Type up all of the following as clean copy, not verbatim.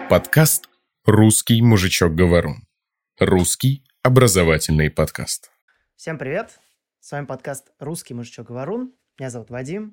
Подкаст «Русский мужичок-говорун». Русский образовательный подкаст. Всем привет! С вами подкаст «Русский мужичок-говорун». Меня зовут Вадим.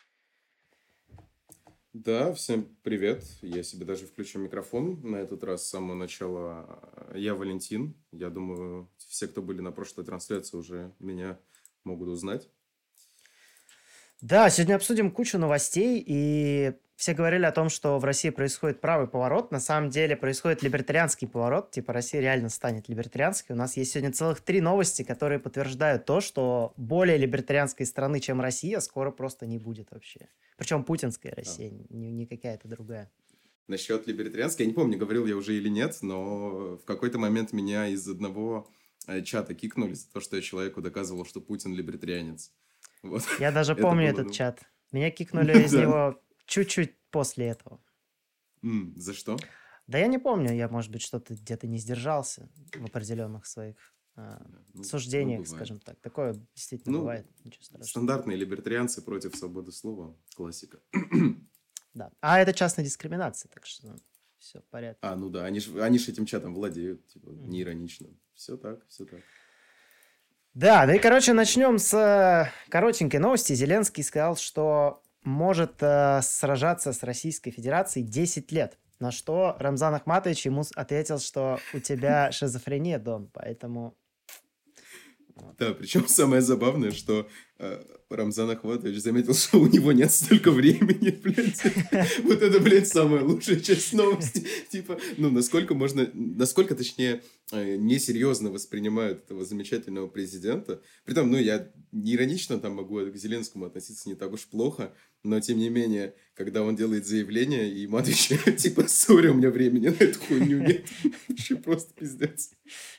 Да, всем привет. Я себе даже включу микрофон. На этот раз с самого начала я Валентин. Я думаю, все, кто были на прошлой трансляции, уже меня могут узнать. Да, сегодня обсудим кучу новостей, и все говорили о том, что в России происходит правый поворот. На самом деле происходит либертарианский поворот, типа Россия реально станет либертарианской. У нас есть сегодня целых 3 новости, которые подтверждают то, что более либертарианской страны, чем Россия, скоро просто не будет вообще. Причем путинская Россия, не какая-то другая. Насчет либертарианской, я не помню, говорил я уже или нет, но в какой-то момент меня из одного чата кикнули за то, что я человеку доказывал, что Путин либертарианец. Вот. Я даже помню этот чат. Меня кикнули из него чуть-чуть после этого. За что? Да я не помню, я, может быть, что-то где-то не сдержался в определенных своих суждениях, скажем так. Такое действительно бывает, ничего страшного. Стандартные либертарианцы против свободы слова. Классика. Да. А это частная дискриминация, так что все в порядке. Ну да, они ж этим чатом владеют, типа, не иронично. Все так. Да, и, короче, начнем с коротенькой новости. Зеленский сказал, что может сражаться с Российской Федерацией 10 лет. На что Рамзан Ахматович ему ответил, что у тебя шизофрения, Дон, поэтому... Да, причем самое забавное, что Рамзан Ахматович заметил, что у него нет столько времени, блядь. Вот это, блядь, самая лучшая часть новости. Типа, насколько, точнее, несерьезно воспринимают этого замечательного президента. Притом, я не иронично там могу к Зеленскому относиться не так уж плохо, но, тем не менее, когда он делает заявление, и ему отвечают, типа, сори, у меня времени на эту хуйню нет. Вообще просто пиздец.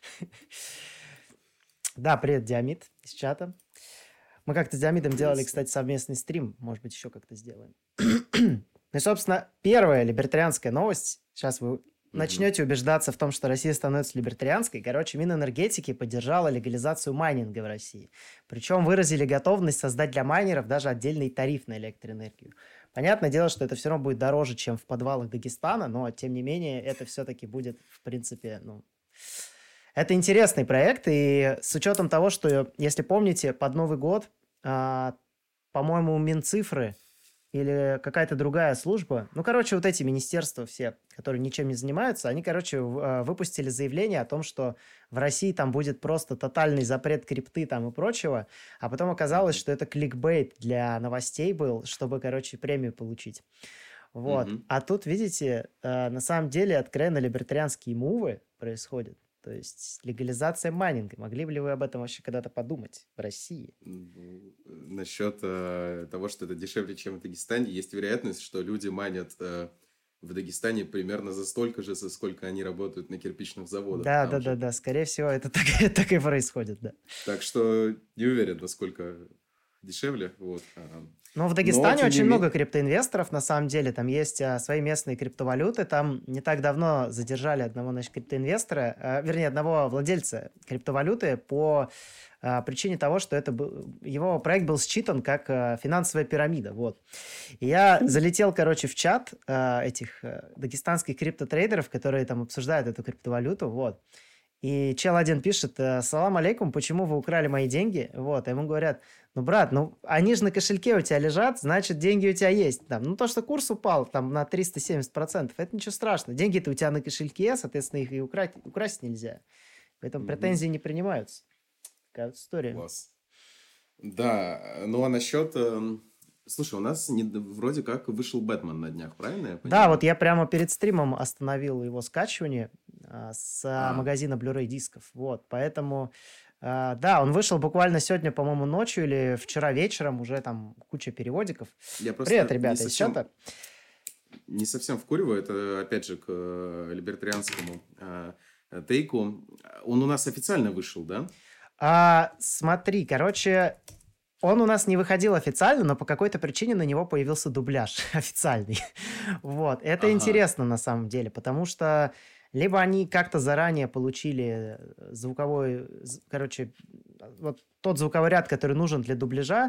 Да, привет, Диамид из чата. Мы как-то с Диамидом делали, кстати, совместный стрим. Может быть, еще как-то сделаем. И, собственно, первая либертарианская новость. Сейчас вы начнете убеждаться в том, что Россия становится либертарианской. Короче, Минэнергетики поддержала легализацию майнинга в России. Причем выразили готовность создать для майнеров даже отдельный тариф на электроэнергию. Понятное дело, что это все равно будет дороже, чем в подвалах Дагестана, но, тем не менее, это все-таки будет, в принципе, Это интересный проект, и с учетом того, что, если помните, под Новый год, по-моему, Минцифры или какая-то другая служба, вот эти министерства все, которые ничем не занимаются, они, выпустили заявление о том, что в России там будет просто тотальный запрет крипты там и прочего, а потом оказалось, что это кликбейт для новостей был, чтобы, премию получить. Вот. А тут, видите, на самом деле откровенно либертарианские мувы происходят. То есть легализация майнинга. Могли бы ли вы об этом вообще когда-то подумать в России? Насчет того, что это дешевле, чем в Дагестане, есть вероятность, что люди майнят в Дагестане примерно за столько же, за сколько они работают на кирпичных заводах. Да. Скорее всего, это так и происходит, да. Так что не уверен, насколько дешевле. Вот. Но в Дагестане очень много криптоинвесторов, на самом деле. Там есть свои местные криптовалюты. Там не так давно задержали одного, криптоинвестора, одного владельца криптовалюты по причине того, что его проект был считан как финансовая пирамида. Вот. И я залетел, в чат этих дагестанских криптотрейдеров, которые там обсуждают эту криптовалюту. Вот. И чел один пишет: «Салам алейкум, почему вы украли мои деньги?» Вот, а ему говорят: брат, они же на кошельке у тебя лежат, значит, деньги у тебя есть. То, что курс упал там на 370%, это ничего страшного. Деньги-то у тебя на кошельке, соответственно, их и украсть нельзя. Поэтому претензии не принимаются. Такая вот история. Класс. Да, а насчет... Слушай, у нас вроде как вышел «Бэтмен» на днях, правильно я понимаю? Да, вот я прямо перед стримом остановил его скачивание с магазина Blu-ray дисков. Вот, поэтому, да, он вышел буквально сегодня, по-моему, ночью или вчера вечером, уже там куча переводиков. Привет, ребята, из чата. Не совсем вкуриваю, это, опять же, к либертарианскому тейку. Он у нас официально вышел, да? Смотри, он у нас не выходил официально, но по какой-то причине на него появился дубляж официальный. Вот. Это интересно на самом деле, потому что либо они как-то заранее получили звуковой... вот тот звуковой ряд, который нужен для дубляжа,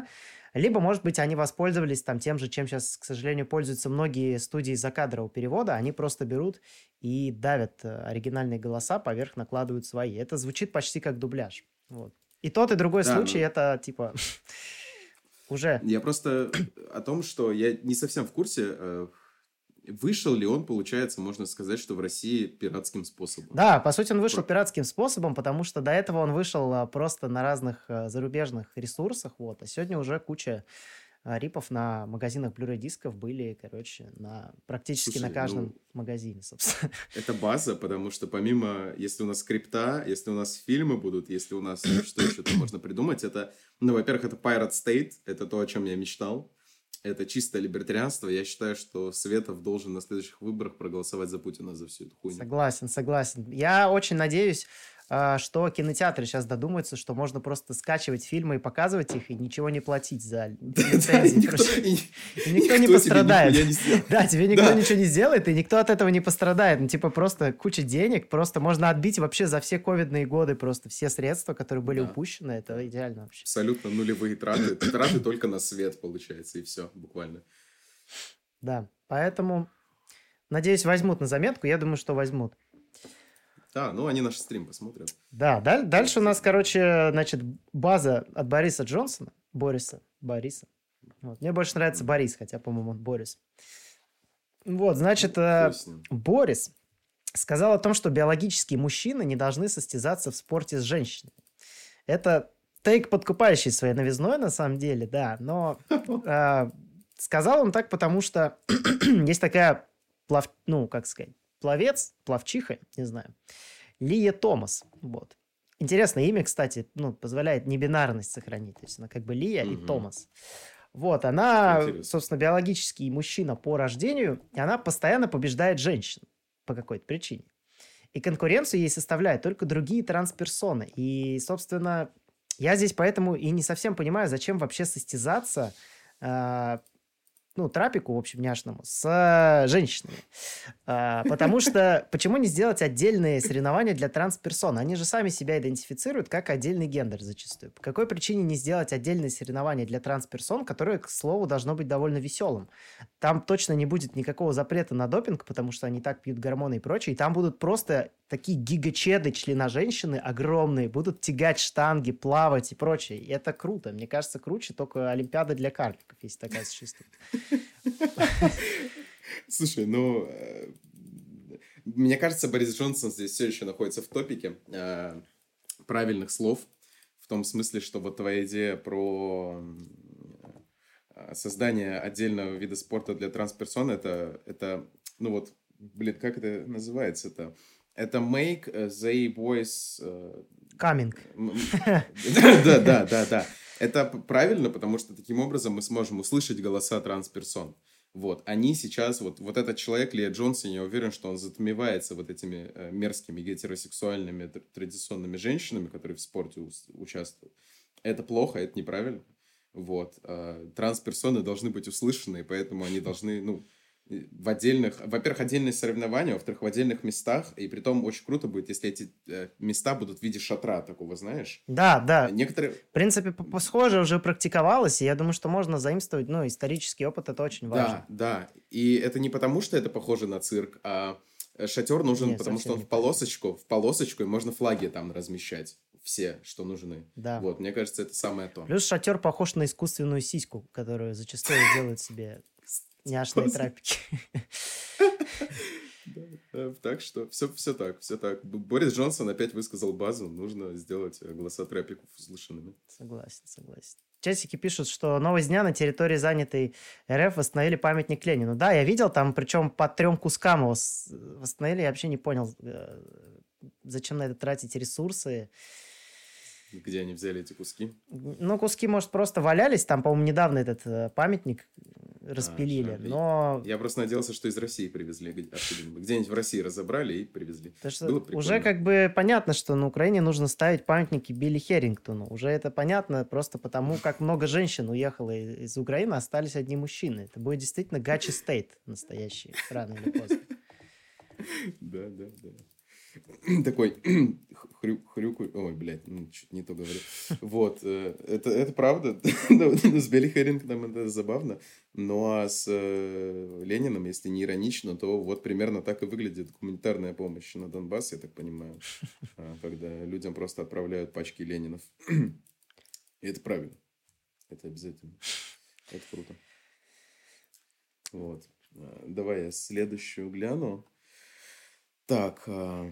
Либо, может быть, они воспользовались там тем же, чем сейчас, к сожалению, пользуются многие студии закадрового перевода. Они просто берут и давят оригинальные голоса, поверх накладывают свои. Это звучит почти как дубляж. Вот. И тот, и другой Да, случай, ну, это типа уже... я просто о том, что я не совсем в курсе, вышел ли он, получается, можно сказать, что в России пиратским способом. Да, по сути, он вышел Про- пиратским способом, потому что до этого он вышел просто на разных зарубежных ресурсах, вот, а сегодня уже куча рипов на магазинах Blu-ray дисков были, короче, практически на Слушай, каждом ну, магазине, собственно. это база, потому что помимо, если у нас скрипта, если у нас фильмы будут, если у нас что еще там можно придумать, это, ну, во-первых, это Pirate State, это то, о чем я мечтал. Это чистое либертарианство. Я считаю, что Светов должен на следующих выборах проголосовать за Путина за всю эту хуйню. Согласен, согласен. Я очень надеюсь, что кинотеатры сейчас додумаются, что можно просто скачивать фильмы и показывать их, и ничего не платить за лицензии. И никто не пострадает. Да, тебе никто ничего не сделает, и никто от этого не пострадает. Ну, типа, просто куча денег, просто можно отбить вообще за все ковидные годы просто все средства, которые были упущены. Это идеально вообще. Абсолютно нулевые траты. Траты только на свет, получается, и все, буквально. Да, поэтому, надеюсь, возьмут на заметку. Я думаю, что возьмут. Да, ну они наш стрим посмотрят. Да, дальше у нас, короче, значит, база от Бориса Джонсона. Бориса. Вот. Мне больше нравится Борис, хотя, по-моему, он Борис. Вот, значит, Борис сказал о том, что биологические мужчины не должны состязаться в спорте с женщинами. Это тейк, подкупающий своей новизной, на самом деле, да, но сказал он так, потому что есть такая, пловчиха, не знаю, Лия Томас, вот. Интересное имя, кстати, позволяет небинарность сохранить, то есть она как бы Лия и Томас. Вот, она, собственно, биологический мужчина по рождению, и она постоянно побеждает женщин по какой-то причине. И конкуренцию ей составляют только другие трансперсоны. И, собственно, я здесь поэтому и не совсем понимаю, зачем вообще состязаться, трапику, в общем, няшному, с женщинами. Потому что почему не сделать отдельные соревнования для трансперсон? Они же сами себя идентифицируют как отдельный гендер зачастую. По какой причине не сделать отдельные соревнования для трансперсон, которое, к слову, должно быть довольно веселым? Там точно не будет никакого запрета на допинг, потому что они так пьют гормоны и прочее. И там будут просто такие гигачеды члена женщины огромные, будут тягать штанги, плавать и прочее. И это круто. Мне кажется, круче только Олимпиада для карликов, если такая существует. Слушай, мне кажется, Борис Джонсон здесь все еще находится в топике правильных слов, в том смысле, что вот твоя идея про создание отдельного вида спорта для трансперсон, это как это называется-то? Это make they boys... Coming. Да. Это правильно, потому что таким образом мы сможем услышать голоса трансперсон. Вот, они сейчас, вот этот человек, Лия Джонсон, я уверен, что он затмевается вот этими мерзкими гетеросексуальными традиционными женщинами, которые в спорте участвуют. Это плохо, это неправильно. Вот, трансперсоны должны быть услышаны, поэтому они должны, в отдельных, во-первых, отдельные соревнования, во-вторых, в отдельных местах, и притом очень круто будет, если эти места будут в виде шатра такого, знаешь? Да. Некоторые... В принципе, схоже уже практиковалось, и я думаю, что можно заимствовать, исторический опыт, это очень важно. Да, и это не потому, что это похоже на цирк, а шатер нужен, потому что он в полосочку, и можно флаги там размещать, все, что нужны. Да. Вот, мне кажется, это самое то. Плюс шатер похож на искусственную сиську, которую зачастую делают себе няшные трапики. Так что все так. Борис Джонсон опять высказал базу, нужно сделать голоса трапиков услышанными. Согласен. Часики пишут, что новость дня на территории занятой РФ восстановили памятник Ленину. Да, я видел там, причем по 3 кускам его восстановили. Я вообще не понял, зачем на это тратить ресурсы. Где они взяли эти куски? Куски, может, просто валялись. Там, по-моему, недавно этот памятник распилили. Но... Я просто надеялся, что из России привезли. Где-нибудь в России разобрали и привезли. Уже как бы понятно, что на Украине нужно ставить памятники Билли Херрингтону. Уже это понятно просто потому, как много женщин уехало из Украины, остались одни мужчины. Это будет действительно гачи стейт настоящий, рано или поздно. Да. такой хрюкаю. Ой, блядь, что-то не то говорю. Вот, это правда. Ну, с Билли Хэррингтоном это забавно. Ну, а с Лениным, если не иронично, то вот примерно так и выглядит гуманитарная помощь на Донбасс, я так понимаю. Когда людям просто отправляют пачки Ленинов. И это правильно. Это обязательно. Это круто. Вот. Давай я следующую гляну. Так.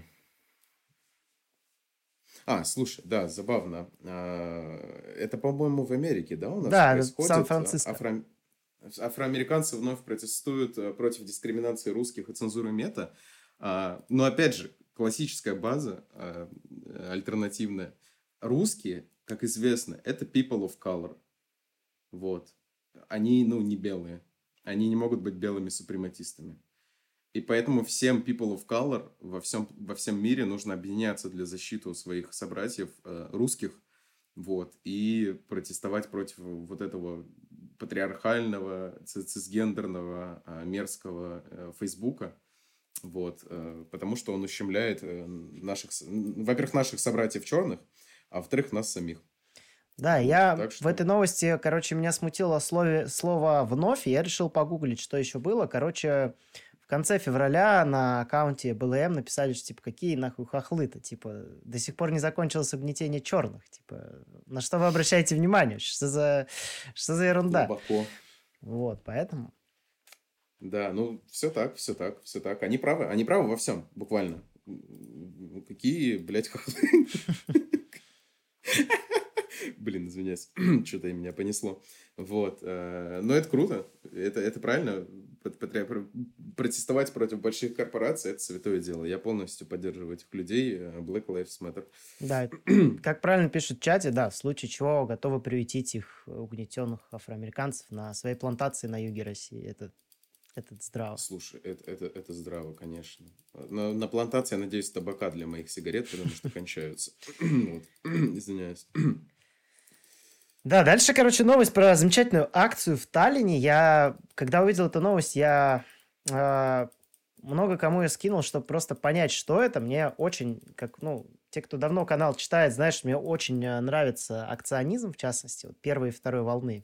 Слушай, да, забавно. Это, по-моему, в Америке, да, у нас Да, происходит? Сан-Франциско. Афроамериканцы вновь протестуют против дискриминации русских и цензуры мета. Но, опять же, классическая база, альтернативная. Русские, как известно, это people of color. Вот. Они, не белые. Они не могут быть белыми супрематистами. И поэтому всем people of color во всем мире нужно объединяться для защиты своих собратьев русских, вот, и протестовать против вот этого патриархального, цисгендерного, мерзкого Фейсбука, вот, потому что он ущемляет во-первых, наших собратьев черных, а во-вторых, нас самих. Да, Вот, в этой новости, меня смутило слово «вновь», и я решил погуглить, что еще было. В конце февраля на аккаунте БЛМ написали, что, какие нахуй хохлы-то, до сих пор не закончилось угнетение черных, на что вы обращаете внимание? Что за ерунда? Глубоко. Вот, поэтому... Да, все так. Они правы во всем, буквально. Какие, блядь, хохлы. Блин, извиняюсь, что-то и меня понесло. Вот. Но это круто. Это правильно. Протестовать против больших корпораций – это святое дело. Я полностью поддерживаю этих людей. Black Lives Matter. Да, как правильно пишут в чате, да, в случае чего готовы приютить их угнетенных афроамериканцев на своей плантации на юге России. Это здраво. Слушай, это здраво, конечно. На плантации, я надеюсь, табака для моих сигарет, потому что кончаются. Извиняюсь. Да, дальше, новость про замечательную акцию в Таллине. Когда увидел эту новость, я много кому я скинул, чтобы просто понять, что это. Мне очень, те, кто давно канал читает, знаешь, мне очень нравится акционизм, в частности, вот первой и второй волны.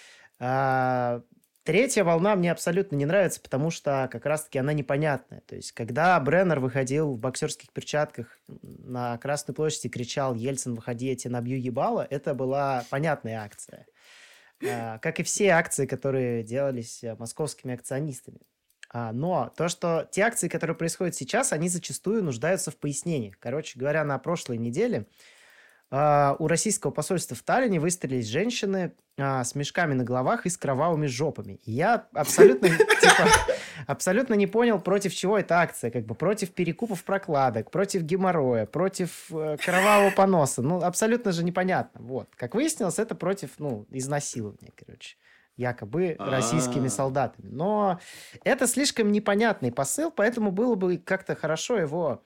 Третья волна мне абсолютно не нравится, потому что как раз-таки она непонятная. То есть, когда Бреннер выходил в боксерских перчатках на Красной площади, кричал «Ельцин, выходи, я тебе набью ебало», это была понятная акция. Как и все акции, которые делались московскими акционистами. Но что те акции, которые происходят сейчас, они зачастую нуждаются в пояснениях. Короче говоря, на прошлой неделе у российского посольства в Таллине выстроились женщины с мешками на головах и с кровавыми жопами. И я абсолютно не понял, против чего эта акция. Против перекупов прокладок, против геморроя, против кровавого поноса. Абсолютно же непонятно. Вот. Как выяснилось, это против, изнасилования, якобы российскими солдатами. Но это слишком непонятный посыл, поэтому было бы как-то хорошо его...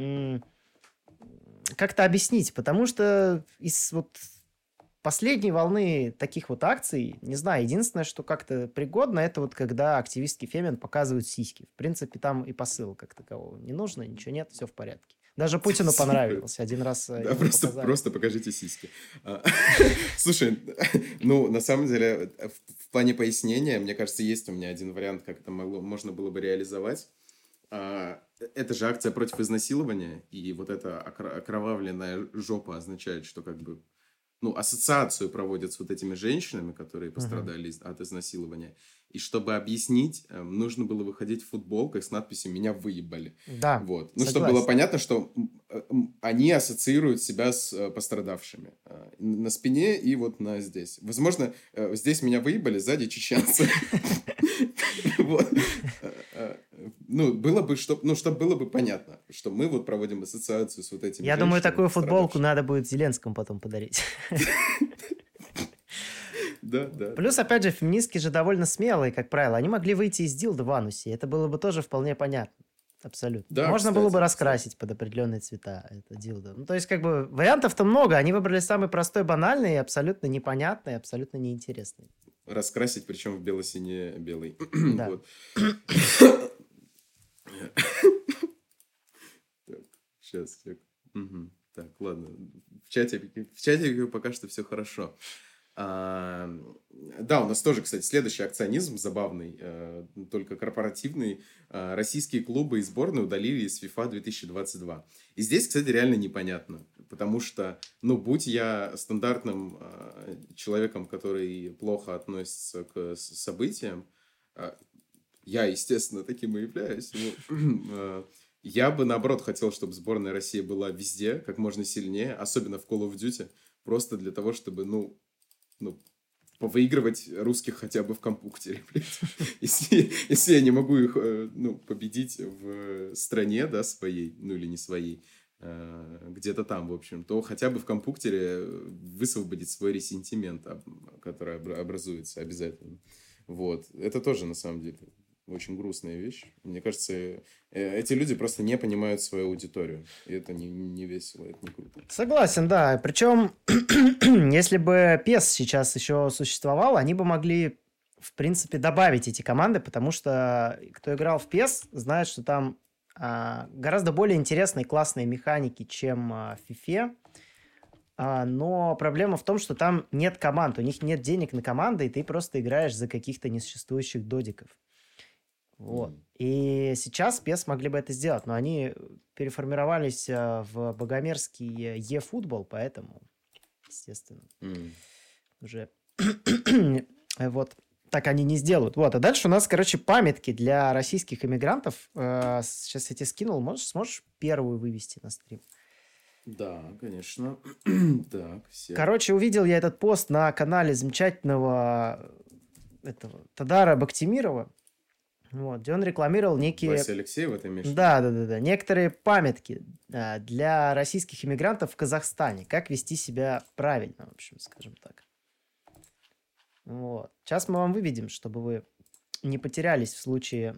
как-то объяснить, потому что из последней волны таких акций, не знаю, единственное, что как-то пригодно, это когда активистки Фемин показывают сиськи. В принципе, там и посыла как такового не нужно, ничего нет, все в порядке. Даже Путину понравилось. Один раз да, просто покажите сиськи. Слушай, на самом деле, в плане пояснения, мне кажется, есть у меня один вариант, как это можно было бы реализовать. Это же акция против изнасилования, и вот эта окровавленная жопа означает, что ассоциацию проводят с вот этими женщинами, которые пострадали от изнасилования. И чтобы объяснить, нужно было выходить в футболках с надписью «Меня выебали». Да, вот. Чтобы было понятно, что они ассоциируют себя с пострадавшими. На спине и на здесь. Возможно, здесь меня выебали, сзади чеченцы. Было бы, чтобы было бы понятно, что мы проводим ассоциацию с вот этими Я думаю, такую футболку надо будет Зеленскому потом подарить. Да. Плюс, опять же, феминистки же довольно смелые, как правило. Они могли выйти из дилда в анусе. Это было бы тоже вполне понятно. Абсолютно. Да, можно было бы раскрасить под определенные цвета это дилдо. То есть, вариантов-то много. Они выбрали самый простой, банальный, абсолютно непонятный, абсолютно неинтересный. Раскрасить, причем в бело-сине-белый. Да. Сейчас. Так, ладно. В чате пока что все хорошо. Да, у нас тоже, кстати, следующий акционизм забавный, только корпоративный. Российские клубы и сборные удалили из FIFA 2022. И здесь, кстати, реально непонятно. Потому что, будь я стандартным человеком, который плохо относится к событиям, я, естественно, таким и являюсь, я бы, наоборот, хотел, чтобы сборная России была везде, как можно сильнее, особенно в Call of Duty, просто для того, чтобы, повыигрывать русских хотя бы в компьютере, блядь. Если я не могу их, победить в стране, да, своей, или не своей, где-то там, в общем, то хотя бы в компьютере высвободить свой ресентимент, который образуется обязательно. Вот. Это тоже, на самом деле, очень грустная вещь. Мне кажется, эти люди просто не понимают свою аудиторию. И это не весело, это не круто. Согласен, да. Причем, если бы PES сейчас еще существовал, они бы могли, в принципе, добавить эти команды, потому что кто играл в PES, знает, что там гораздо более интересные классные механики, чем в FIFA. Но проблема в том, что там нет команд, у них нет денег на команды, и ты просто играешь за каких-то несуществующих додиков. Вот. И сейчас PES могли бы это сделать, но они переформировались в богомерзкий eFootball, поэтому, естественно, уже вот так они не сделают. Вот. А дальше у нас, памятки для российских иммигрантов. Сейчас я тебе скинул. Сможешь первую вывести на стрим? Да, конечно. Так, все. Увидел я этот пост на канале замечательного Тадара Бактимирова. Вот, где он рекламировал некие... Вася Алексеева, ты имеешь в виду? Да. Некоторые памятки для российских иммигрантов в Казахстане. Как вести себя правильно, в общем, скажем так. Вот. Сейчас мы вам выведем, чтобы вы не потерялись в случае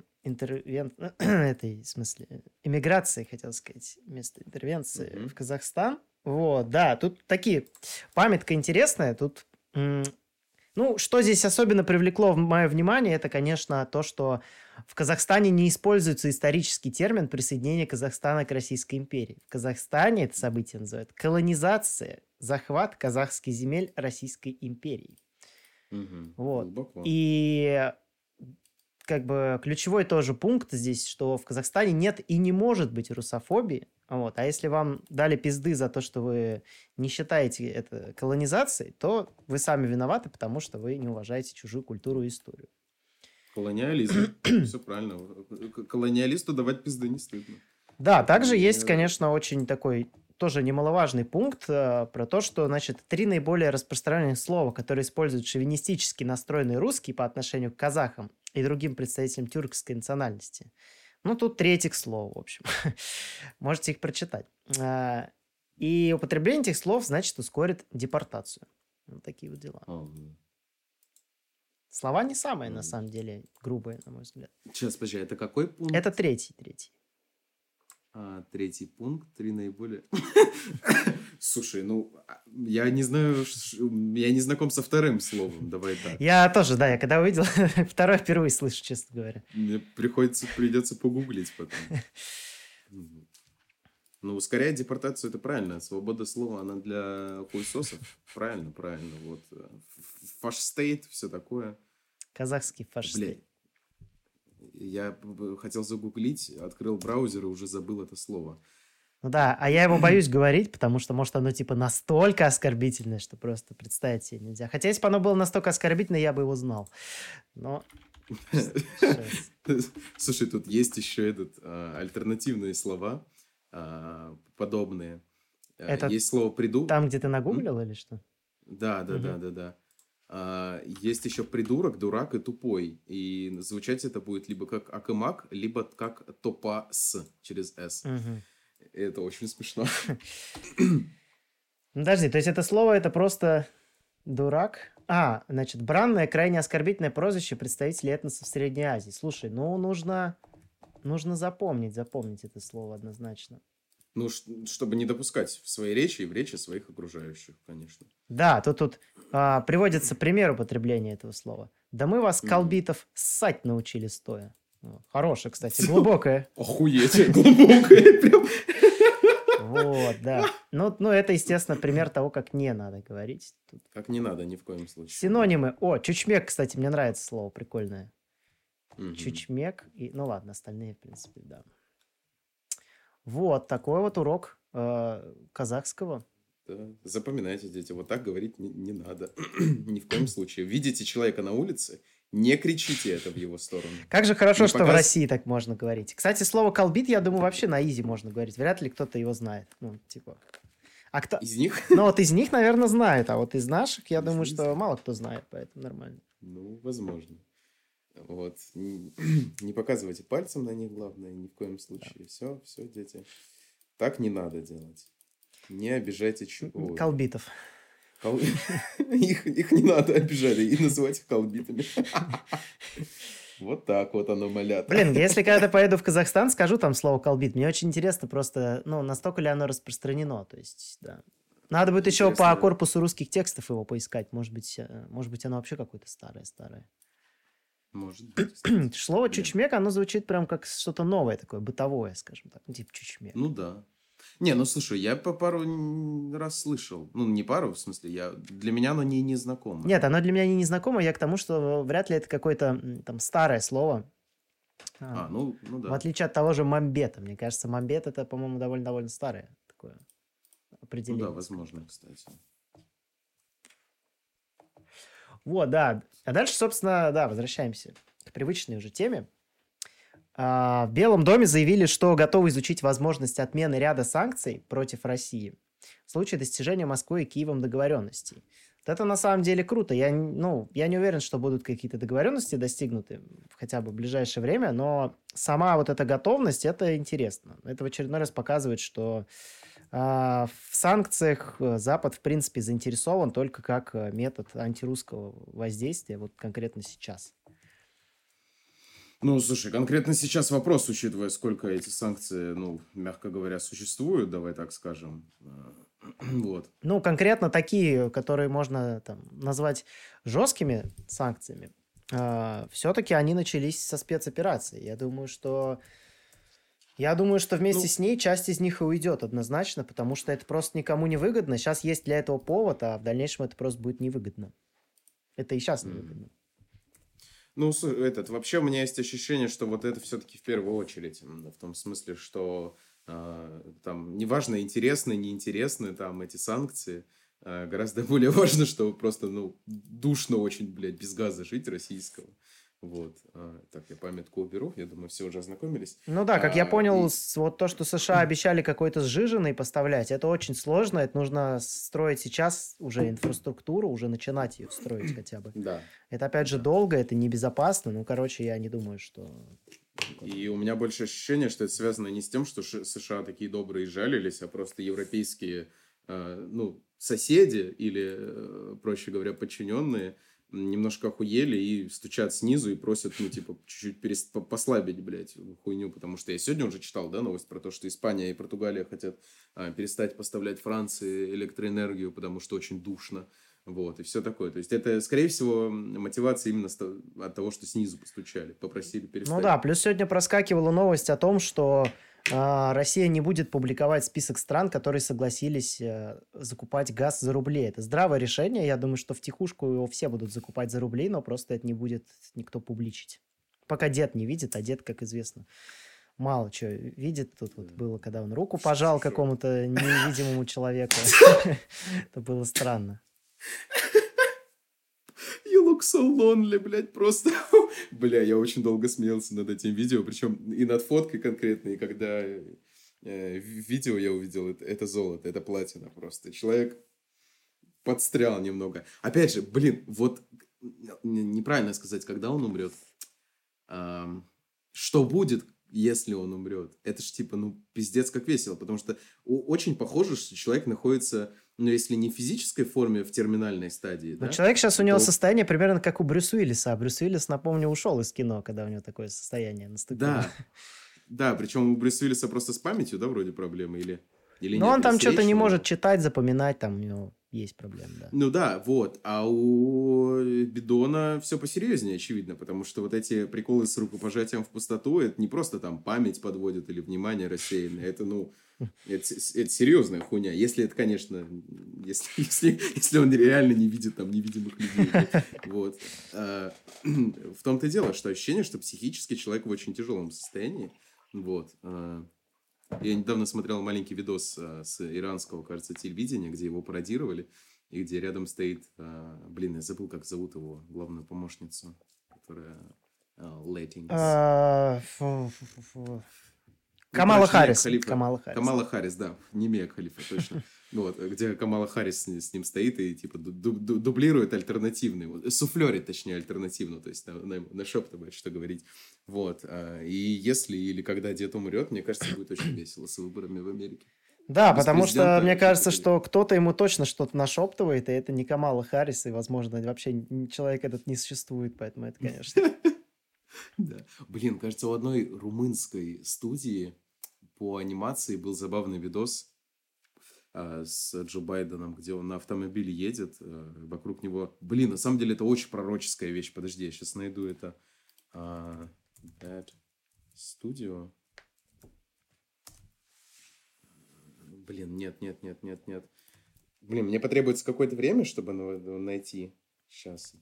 иммиграции, хотел сказать, вместо интервенции в Казахстан. Вот, да, тут такие... Памятка интересная, тут... что здесь особенно привлекло мое внимание, это, конечно, то, что в Казахстане не используется исторический термин присоединения Казахстана к Российской империи. В Казахстане это событие называют колонизация, захват казахских земель Российской империи. Вот. Глубоко. И ключевой тоже пункт здесь, что в Казахстане нет и не может быть русофобии. Вот. А если вам дали пизды за то, что вы не считаете это колонизацией, то вы сами виноваты, потому что вы не уважаете чужую культуру и историю. Колониализм. Все правильно. Колониалисту давать пизды не стыдно. Да, также есть, конечно, очень такой тоже немаловажный пункт про то, что, 3 наиболее распространенных слова, которые используют шовинистически настроенные русские по отношению к казахам и другим представителям тюркской национальности. Тут 3 этих слова, в общем. Можете их прочитать. И употребление этих слов, ускорит депортацию. Вот такие вот дела. Слова не самые, на самом деле, грубые, на мой взгляд. Сейчас, подожди, это какой пункт? Это третий. 3 пункт, 3 наиболее... Слушай, я не знаю, я не знаком со 2 словом, давай так. Я тоже, да, я когда увидел, 2 впервые слышу, честно говоря. Мне придется погуглить потом. Ускорять депортацию, это правильно. Свобода слова, она для хуесосов. Правильно. Вот. Фашстейт, все такое. Казахский фашстейт. Я хотел загуглить, открыл браузер и уже забыл это слово. Да, а я его боюсь говорить, потому что, может, оно настолько оскорбительное, что просто представить себе нельзя. Хотя, если бы оно было настолько оскорбительное, я бы его знал. Но... Слушай, тут есть еще альтернативные слова подобные. Это есть слово «приду». Там, где ты нагуглил или что? Да. Есть еще придурок, дурак и тупой. И звучать это будет либо как акымак, либо как топа-с через «с». Это очень смешно. Подожди, то есть это слово, это просто дурак? Бранное, крайне оскорбительное прозвище представителей этносов Средней Азии. Слушай, нужно запомнить это слово однозначно. Чтобы не допускать в своей речи и в речи своих окружающих, конечно. Да, тут приводится пример употребления этого слова. Да мы вас, колбитов, ссать научили стоя. Хорошее, кстати, глубокое. Охуеть, глубокое прям. Вот, да. Ну, это, естественно, пример того, как не надо говорить. Тут Как не надо ни в коем случае. синонимы. О, чучмек, кстати, мне нравится слово, прикольное. Мгм. Чучмек. Ну ладно, остальные, в принципе, да. Вот, такой вот урок казахского. Да. Запоминайте, дети, вот так говорить не надо. Ни в коем случае. Видите человека на улице, не кричите это в его сторону. Как же хорошо, Не что в России так можно говорить. Кстати, слово «колбит», я думаю, вообще на изи можно говорить. Вряд ли кто-то его знает. Ну, типа... А кто... Из них? Ну, вот из них, наверное, знают. А вот из наших, я Из думаю, них что знают. мало кто знает, поэтому нормально. Ну, возможно. Вот. Не показывайте пальцем на них, главное, ни в коем случае. Все, дети. Так не надо делать. Не обижайте чего. Колбитов. Их не надо обижать и называть их колбитами. Вот так вот оно, малята. Блин, если когда-то поеду в Казахстан, скажу там слово «колбит». Мне очень интересно просто, ну, настолько ли оно распространено. То есть, да. Надо будет еще по корпусу русских текстов его поискать. Может быть, оно вообще какое-то старое. Может быть. кстати. Слово Блин. «чучмек», оно звучит прям как что-то новое такое, бытовое, скажем так. Ну, типа «чучмек». Ну да. Не, ну слушай, я по пару раз слышал. Ну, не пару, в смысле, для меня оно не знакомо. Нет, оно для меня не знакомо. Я к тому, что вряд ли это какое-то там старое слово. Ну да. В отличие от того же мамбета. Мне кажется, мамбет это, по-моему, довольно старое такое Ну определение. да, возможно, кстати. Вот, да. А дальше, собственно, да, возвращаемся к привычной уже теме. В Белом доме заявили, что готовы изучить возможность отмены ряда санкций против России в случае достижения Москвой и Киевом договоренностей. Вот это на самом деле круто. Я не уверен, что будут какие-то договоренности достигнуты хотя бы в ближайшее время, но сама вот эта готовность, это интересно. Это в очередной раз показывает, что в санкциях Запад, в принципе, заинтересован только как метод антирусского воздействия, вот конкретно сейчас. Ну, слушай, конкретно сейчас вопрос, учитывая, сколько эти санкции, ну, мягко говоря, существуют, давай так скажем. Вот. Ну, конкретно такие, которые можно там назвать жесткими санкциями, все-таки они начались со спецоперации. Я думаю, что вместе с ней часть из них и уйдет однозначно, потому что это просто никому не выгодно. Сейчас есть для этого повод, а в дальнейшем это просто будет невыгодно. Это и сейчас невыгодно. Ну, вообще у меня есть ощущение, что вот это все-таки в первую очередь, в том смысле, что там неважно, интересны, неинтересны там эти санкции, гораздо более важно, что просто, ну, душно очень, блядь, без газа жить российского. Вот. Так, я памятку уберу, я думаю, все уже ознакомились. Ну да, как я понял, вот то, что США обещали какой-то сжиженный поставлять, это очень сложно, это нужно строить сейчас уже инфраструктуру, уже начинать ее строить хотя бы. Да. Это опять же долго, это небезопасно, ну, короче, я не думаю, что... И у меня больше ощущение, что это связано не с тем, что США такие добрые жалились, а просто европейские, ну, соседи или, проще говоря, подчиненные немножко охуели и стучат снизу и просят, ну, типа, чуть-чуть послабить, блядь, хуйню. Потому что я сегодня уже читал, да, новость про то, что Испания и Португалия хотят перестать поставлять Франции электроэнергию, потому что очень душно. Вот, и все такое. То есть, это, скорее всего, мотивация именно от того, что снизу постучали, попросили перестать. Ну да, плюс сегодня проскакивала новость о том, что Россия не будет публиковать список стран, которые согласились закупать газ за рубли. Это здравое решение. Я думаю, что втихушку его все будут закупать за рубли, но просто это не будет никто публичить. Пока дед не видит, а дед, как известно, мало что видит. Тут вот было, когда он руку пожал какому-то невидимому человеку. Это было странно. You look so lonely, блядь, просто. Бля, я очень долго смеялся над этим видео, причем и над фоткой конкретно, и когда видео я увидел, это золото, это платина просто. Человек подстрял немного. Опять же, блин, вот неправильно сказать, когда он умрет. Что будет, если он умрет? Это ж типа, ну, пиздец как весело, потому что очень похоже, что человек находится, ну, если не в физической форме, в терминальной стадии. Но да? человек сейчас у него состояние примерно как у Брюса Уиллиса. А Брюс Уиллис, напомню, ушел из кино, когда у него такое состояние наступило. Да, причем у Брюса Уиллиса просто с памятью, да, вроде проблемы, или Или Но нет? он там Или с что-то не речью у может него? читать, запоминать, там у него есть проблемы, да. Ну да, вот. А у Бидона все посерьезнее, очевидно, потому что вот эти приколы с рукопожатием в пустоту, это не просто там память подводит или внимание рассеянное, это, ну, это серьезная хуйня. Если это, конечно, если он реально не видит там невидимых людей. Вот. В том-то и дело, что ощущение, что психически человек в очень тяжелом состоянии. Вот. Я недавно смотрел маленький видос с иранского, кажется, телевидения, где его пародировали, и где рядом стоит, я забыл, как зовут его, главную помощницу, которая Лейтингс. Камала Короче, Мия Харрис. Халифа. Камала Харрис. Камала Харрис, да, не Мия Халифа, точно. Вот, где Камала Харрис с ним стоит и типа дублирует альтернативный, суфлерит, точнее, альтернативно, то есть нашептывает, что говорить. Вот, и если или когда дед умрет, мне кажется, будет очень весело с выборами в Америке. Да, Без потому что президента мне это кажется, будет. что кто-то ему точно что-то нашептывает, и это не Камала Харрис, и, возможно, вообще человек этот не существует, поэтому это, конечно... Да. Блин, кажется, у одной румынской студии по анимации был забавный видос с Джо Байденом, где он на автомобиле едет, вокруг него... Блин, на самом деле это очень пророческая вещь. Подожди, я сейчас найду это. That Studio. Блин, нет. Блин, мне потребуется какое-то время, чтобы найти. Сейчас.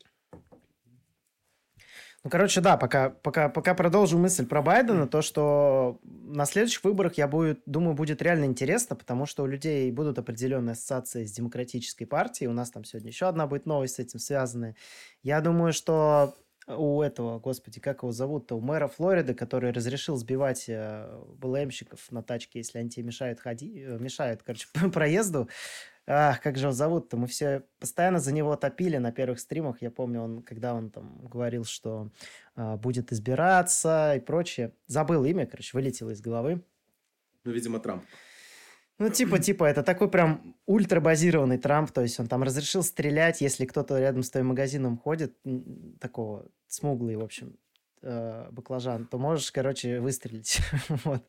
Ну, короче, да, пока продолжу мысль про Байдена, то, что на следующих выборах, думаю, будет реально интересно, потому что у людей будут определенные ассоциации с Демократической партией. У нас там сегодня еще одна будет новость с этим связанная. Я думаю, что у этого, господи, как его зовут-то, у мэра Флориды, который разрешил сбивать БЛМщиков на тачке, если они тебе мешают, короче, проезду. Ах, как же его зовут-то? Мы все постоянно за него топили на первых стримах. Я помню, когда он там говорил, что будет избираться и прочее. Забыл имя, короче, вылетело из головы. Ну, видимо, Трамп. Ну, типа, это такой прям ультрабазированный Трамп, то есть он там разрешил стрелять, если кто-то рядом с твоим магазином ходит, такого смуглый, в общем, баклажан, то можешь, короче, выстрелить. Вот.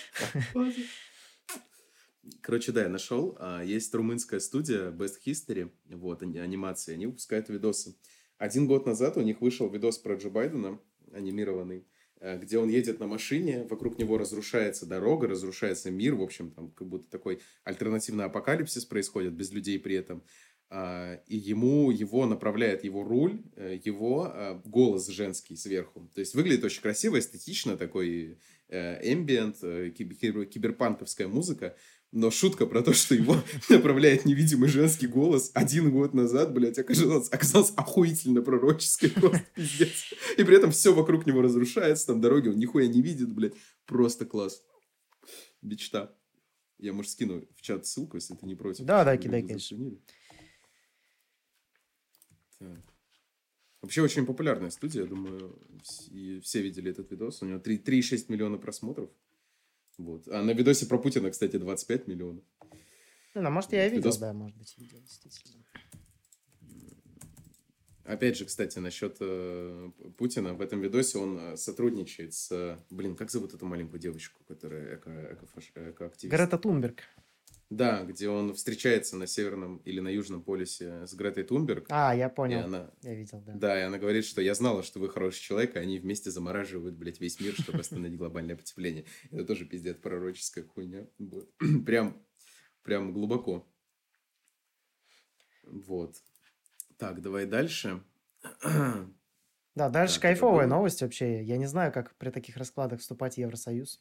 Короче, да, я нашел. Есть румынская студия Best History, вот, анимации. Они выпускают видосы. 1 год назад у них вышел видос про Джо Байдена, анимированный, где он едет на машине, вокруг него разрушается дорога, разрушается мир, в общем, там как будто такой альтернативный апокалипсис происходит, без людей при этом. И его направляет его руль, его голос женский сверху. То есть выглядит очень красиво, эстетично, такой эмбиент, киберпанковская музыка. Но шутка про то, что его направляет невидимый женский голос 1 год назад, блядь, оказалась охуительно пророческой, просто пиздец. И при этом все вокруг него разрушается, там дороги он нихуя не видит, блядь. Просто класс. Мечта. Я, может, скину в чат ссылку, если ты не против. Да, кидай, конечно. Так. Вообще очень популярная студия, я думаю, все видели этот видос. У него 3,6 миллиона просмотров. Вот. А на видосе про Путина, кстати, 25 миллионов. Ну, может, я и видел, да, может быть, видел, действительно. Опять же, кстати, насчет Путина. В этом видосе он сотрудничает с... как зовут эту маленькую девочку, которая экоактивист? Грета Тунберг. Да, где он встречается на северном или на южном полюсе с Гретой Тунберг. Я понял. Я видел, да. Да, и она говорит, что я знала, что вы хороший человек, и они вместе замораживают, блядь, весь мир, чтобы остановить глобальное потепление. Это тоже пиздец пророческая хуйня. Вот. Прям глубоко. Вот. Так, давай дальше. Да, дальше кайфовая новость вообще. Я не знаю, как при таких раскладах вступать в Евросоюз.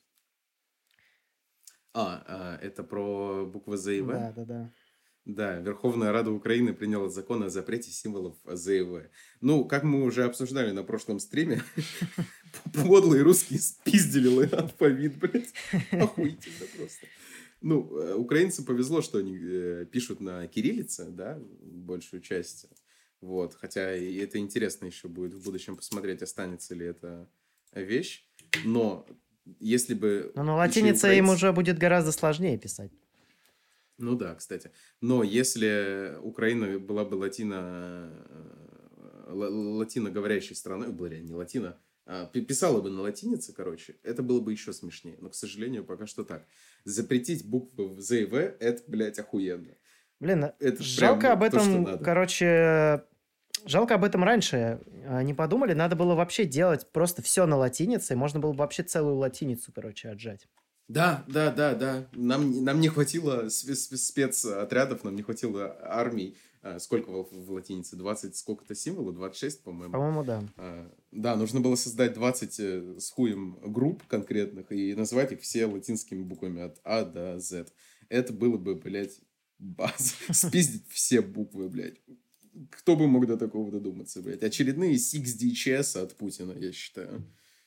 Это про буквы З и В? Да. Да, Верховная Рада Украины приняла закон о запрете символов З и В. Ну, как мы уже обсуждали на прошлом стриме, подлые русские спиздили алфавит, блядь. Охуительно просто. Ну, украинцам повезло, что они пишут на кириллице, да, большую часть. Вот, хотя и это интересно еще будет в будущем посмотреть, останется ли эта вещь. Но если бы... Но на латинице им уже будет гораздо сложнее писать. Ну да, кстати. Но если Украина была бы латиноговорящей страной, не латино, писала бы на латинице, короче, это было бы еще смешнее. Но, к сожалению, пока что так. Запретить буквы в З и В, это, блядь, охуенно. Блин, Это жалко прям об то, что этом, надо. короче, жалко об этом раньше не подумали. Надо было вообще делать просто все на латинице, и можно было бы вообще целую латиницу, короче, отжать. Да. Нам не хватило спецотрядов, нам не хватило армий. Сколько в латинице? 20 сколько-то символов? 26, по-моему. По-моему, да. Да, нужно было создать 20 с хуем групп конкретных и назвать их все латинскими буквами от А до З. Это было бы, блядь, база. Спиздить все буквы, блядь. Кто бы мог до такого додуматься, блядь? Очередные 6DHS от Путина, я считаю.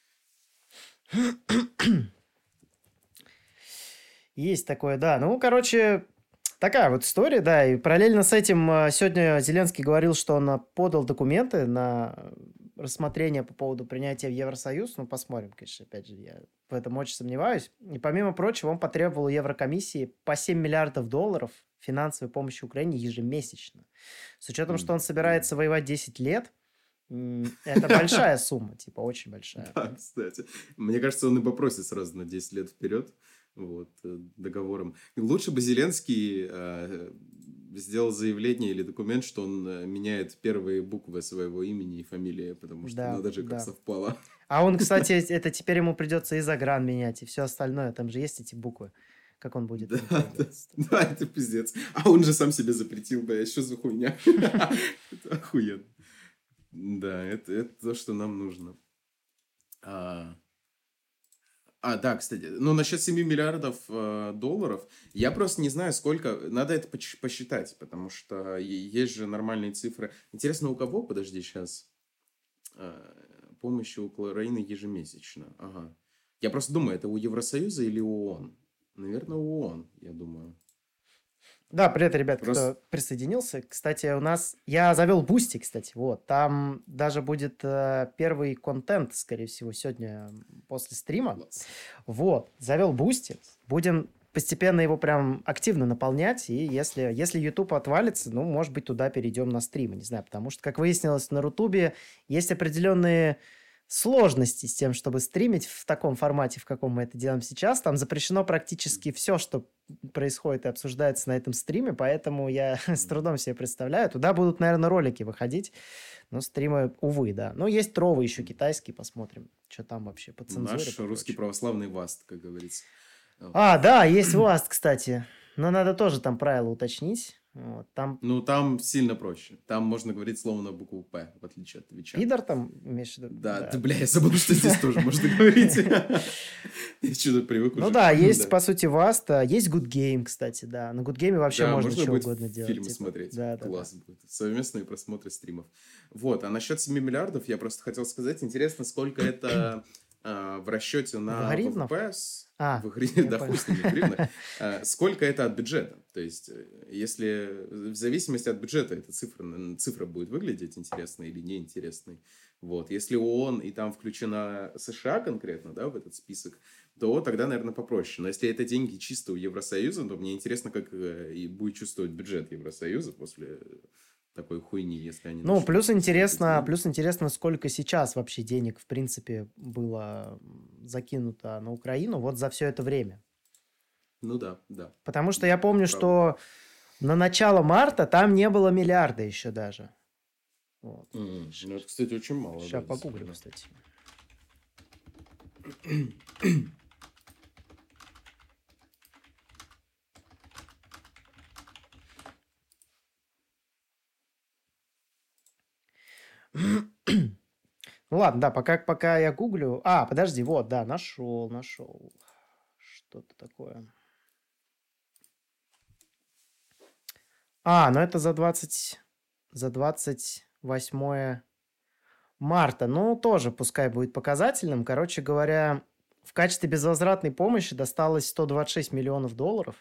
Есть такое, да. Ну, короче, такая вот история, да. И параллельно с этим сегодня Зеленский говорил, что он подал документы на рассмотрение по поводу принятия в Евросоюз. Ну, посмотрим, конечно, опять же, я в этом очень сомневаюсь. И, помимо прочего, он потребовал у Еврокомиссии по 7 миллиардов долларов финансовой помощи Украине ежемесячно. С учетом, что он собирается воевать 10 лет, это большая сумма, типа, очень большая. Да, кстати. Мне кажется, он и попросит сразу на 10 лет вперед. Вот, договором. Лучше бы Зеленский сделал заявление или документ, что он меняет первые буквы своего имени и фамилии, потому что надо же как совпало. А он, кстати, это теперь ему придется и загран менять, и все остальное. Там же есть эти буквы. Как он будет? Да, это пиздец. А он же сам себе запретил, блядь, что за хуйня? Это охуенно. Да, это то, что нам нужно. Да, кстати, ну, насчет 7 миллиардов долларов, я просто не знаю, сколько, надо это посчитать, потому что есть же нормальные цифры. Интересно, у кого, подожди, сейчас, помощь Украины ежемесячно, ага. Я просто думаю, это у Евросоюза или у ООН? Наверное, у ООН, я думаю. Да, привет, ребят, кто присоединился. Кстати, у нас... Я завел Бусти, кстати, вот. Там даже будет первый контент, скорее всего, сегодня после стрима. Вот, завел Бусти. Будем постепенно его прям активно наполнять, и если YouTube отвалится, ну, может быть, туда перейдем на стримы, не знаю, потому что, как выяснилось, на Рутубе есть определенные сложности с тем, чтобы стримить в таком формате, в каком мы это делаем сейчас. Там запрещено практически все, что происходит и обсуждается на этом стриме, поэтому я с трудом себе представляю. Туда будут, наверное, ролики выходить, но стримы, увы, да. Но есть тровы еще китайские, посмотрим, что там вообще по цензуре. Наш русский православный ВАСТ, как говорится. Да, есть ВАСТ, кстати. Но надо тоже там правила уточнить. Вот, там... Ну, там сильно проще. Там можно говорить слово на букву «П», в отличие от Твича. Пидор там, имеешь в виду? Да, бля, я забыл, что здесь тоже можно говорить. Я что-то привык уже. Ну да, есть, по сути, ВАСТ, есть Good Game, кстати, да. На Good Game вообще можно что угодно делать. Фильмы смотреть. Класс будет. Совместные просмотры стримов. Вот, а насчет 7 миллиардов я просто хотел сказать, интересно, сколько это в расчете на ВВП. Да, хуй с ними, гривны. Сколько это от бюджета? То есть, если в зависимости от бюджета эта цифра будет выглядеть интересной или неинтересной. Вот. Если ООН и там включена США конкретно, да, в этот список, то тогда, наверное, попроще. Но если это деньги чисто у Евросоюза, то мне интересно, как и будет чувствовать бюджет Евросоюза после такой хуйни, если они... Ну, плюс интересно, сколько сейчас вообще денег, в принципе, было закинуто на Украину вот за все это время. Ну да. Потому что я помню, что на начало марта там не было миллиарда еще даже. Вот. Ну, это, кстати, очень мало. Сейчас погуглю, кстати. Ну ладно, да, пока я гуглю... подожди, вот, да, нашел. Что-то такое. Ну это за 28 марта. Ну, тоже пускай будет показательным. Короче говоря, в качестве безвозвратной помощи досталось 126 миллионов долларов.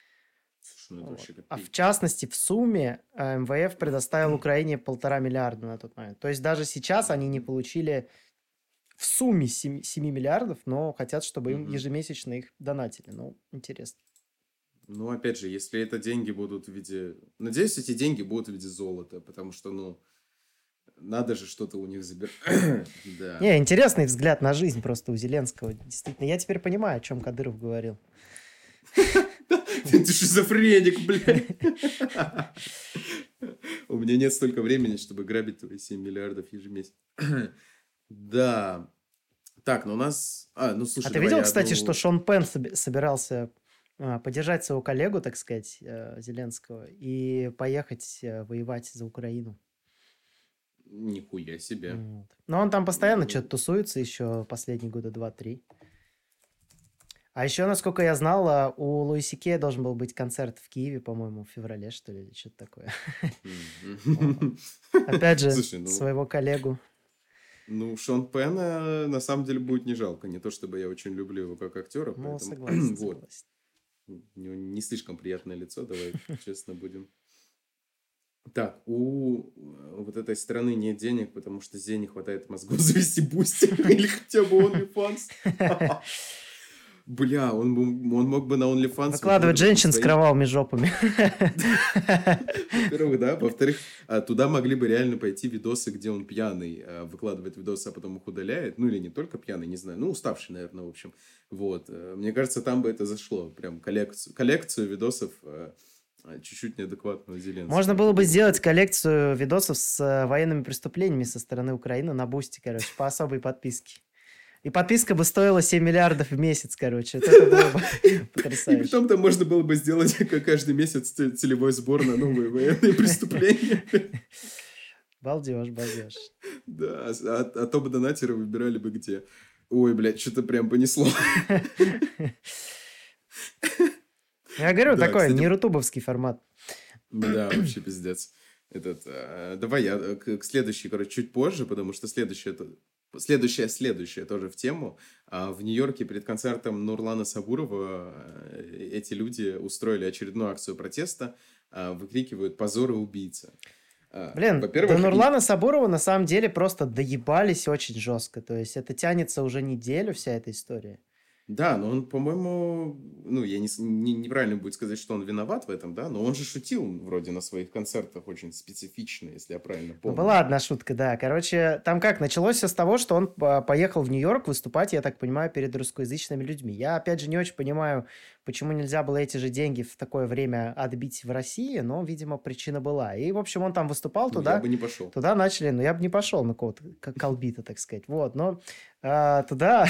А в частности, в сумме МВФ предоставил Украине 1,5 миллиарда на тот момент. То есть даже сейчас они не получили в сумме 7 миллиардов, но хотят, чтобы им ежемесячно их донатили. Ну, интересно. Ну, опять же, если это деньги будут в виде... Надеюсь, эти деньги будут в виде золота, потому что, надо же что-то у них забирать. Да. Не, интересный взгляд на жизнь просто у Зеленского. Действительно, я теперь понимаю, о чем Кадыров говорил. Ты шизофреник, блядь. У меня нет столько времени, чтобы грабить твои 7 миллиардов ежемесячно. Да. Так, ну у нас... ну слушай, А ты видел, кстати, что Шон Пенн собирался поддержать своего коллегу, так сказать, Зеленского, и поехать воевать за Украину? Нихуя себе. Вот. Но он там постоянно что-то тусуется еще последние года 2-3. А еще, насколько я знал, у Луиси Кея должен был быть концерт в Киеве, по-моему, в феврале, что ли, или что-то такое. Опять же, своего коллегу. Ну, Шон Пенна на самом деле будет не жалко. Не то, чтобы я очень люблю его как актера. Ну, поэтому... согласен. У него не слишком приятное лицо, давай честно будем. Так, у вот этой страны нет денег, потому что Зе не хватает мозгов завести бустер или хотя бы OnlyFans. Бля, он мог бы на OnlyFans... Выкладывать женщин с кровавыми жопами. Во-первых, да. Во-вторых, туда могли бы реально пойти видосы, где он пьяный, выкладывает видосы, а потом их удаляет. Ну, или не только пьяный, не знаю. Ну, уставший, наверное, в общем. Вот. Мне кажется, там бы это зашло. Прям коллекцию видосов чуть-чуть неадекватного Зеленского. Можно было бы сделать коллекцию видосов с военными преступлениями со стороны Украины на Бусти, короче, по особой подписке. И подписка бы стоила 7 миллиардов в месяц, короче. Вот это было бы потрясающе. И потом там можно было бы сделать каждый месяц целевой сбор на новые военные преступления. Балдеж. Да, а топ-донатеры выбирали бы где. Ой, блядь, что-то прям понесло. Я говорю, такой не рутубовский формат. Да, вообще пиздец. Давай я к следующей, короче, чуть позже, потому что следующее тоже в тему. В Нью-Йорке перед концертом Нурлана Сабурова эти люди устроили очередную акцию протеста, выкрикивают «Позор и убийца». Блин, до Нурлана Сабурова на самом деле просто доебались очень жестко. То есть это тянется уже неделю, вся эта история. Да, но он, по-моему, я неправильно будет сказать, что он виноват в этом, да, но он же шутил вроде на своих концертах очень специфично, если я правильно помню. Была одна шутка, да. Короче, там как, началось все с того, что он поехал в Нью-Йорк выступать, я так понимаю, перед русскоязычными людьми. Я, опять же, не очень понимаю, почему нельзя было эти же деньги в такое время отбить в России, но, видимо, причина была. И, в общем, он там выступал туда. Я бы не пошел. Туда начали, я бы не пошел на какого-то колбита, так сказать. Вот, но туда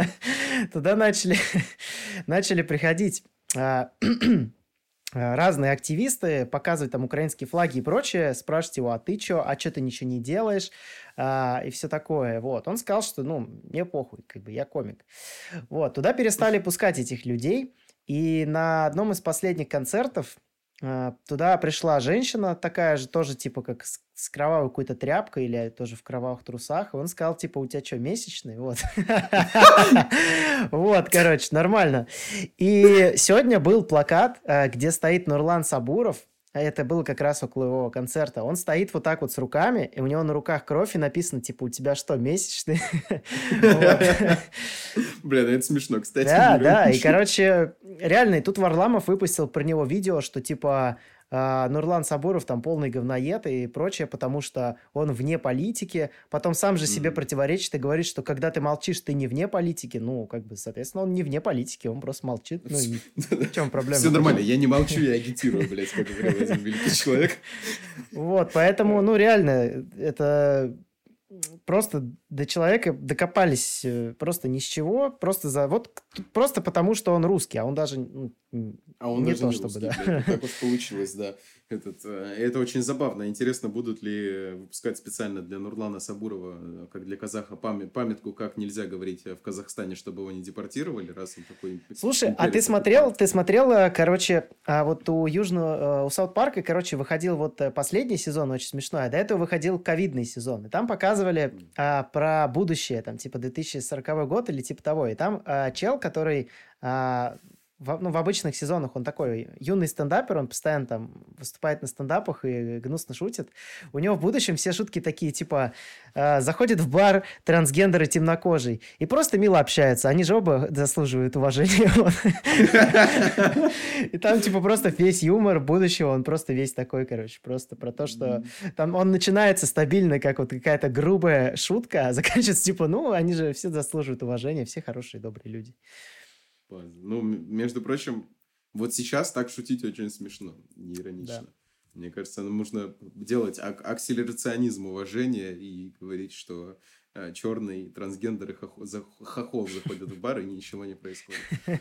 начали приходить разные активисты, показывать там украинские флаги и прочее, спрашивать его, а ты что, а что ты ничего не делаешь, и все такое. Вот. Он сказал, что, мне похуй, я комик. Вот. Туда перестали пускать этих людей, и на одном из последних концертов туда пришла женщина такая же, тоже типа как с кровавой какой-то тряпкой или тоже в кровавых трусах. И он сказал, типа, у тебя что, месячный? Вот. Вот, короче, нормально. И сегодня был плакат, где стоит Нурлан Сабуров. Это было как раз около его концерта. Он стоит вот так вот с руками, и у него на руках кровь, и написано, типа, у тебя что, месячный? Бля, это смешно, кстати. Да, и, короче, реально, и тут Варламов выпустил про него видео, что, типа, Нурлан Сабуров там полный говноед и прочее, потому что он вне политики, потом сам же себе противоречит и говорит, что когда ты молчишь, ты не вне политики, соответственно, он не вне политики, он просто молчит, в чем проблема? Все нормально, я не молчу, я агитирую, блядь, как говорил один великий человек. Вот, поэтому, реально, это... Просто до человека докопались просто ни с чего, просто потому, что он русский, а он даже не то, чтобы, да. Так уж получилось, да. Это очень забавно. Интересно, будут ли выпускать специально для Нурлана Сабурова, как для казаха, памятку, как нельзя говорить в Казахстане, чтобы его не депортировали, раз он такой... Слушай, а ты смотрел, короче, вот у Саут Парка, короче, выходил вот последний сезон, очень смешной, а до этого выходил ковидный сезон, и там показывали про будущее, там, типа 2040 год или типа того, и там чел, который... в обычных сезонах он такой юный стендапер, он постоянно там выступает на стендапах и гнусно шутит. У него в будущем все шутки такие, типа, заходит в бар трансгендер и темнокожий, и просто мило общаются. Они же оба заслуживают уважения. И там, типа, просто весь юмор будущего, он просто весь такой, короче, просто про то, что там он начинается стабильно, как вот какая-то грубая шутка, а заканчивается, типа, ну, они же все заслуживают уважения, все хорошие, добрые люди. Ну, между прочим, вот сейчас так шутить очень смешно, не иронично. Да. Мне кажется, нужно делать акселерационизм уважения и говорить, что черный трансгендер и хохол заходят в бар, и ничего не происходит.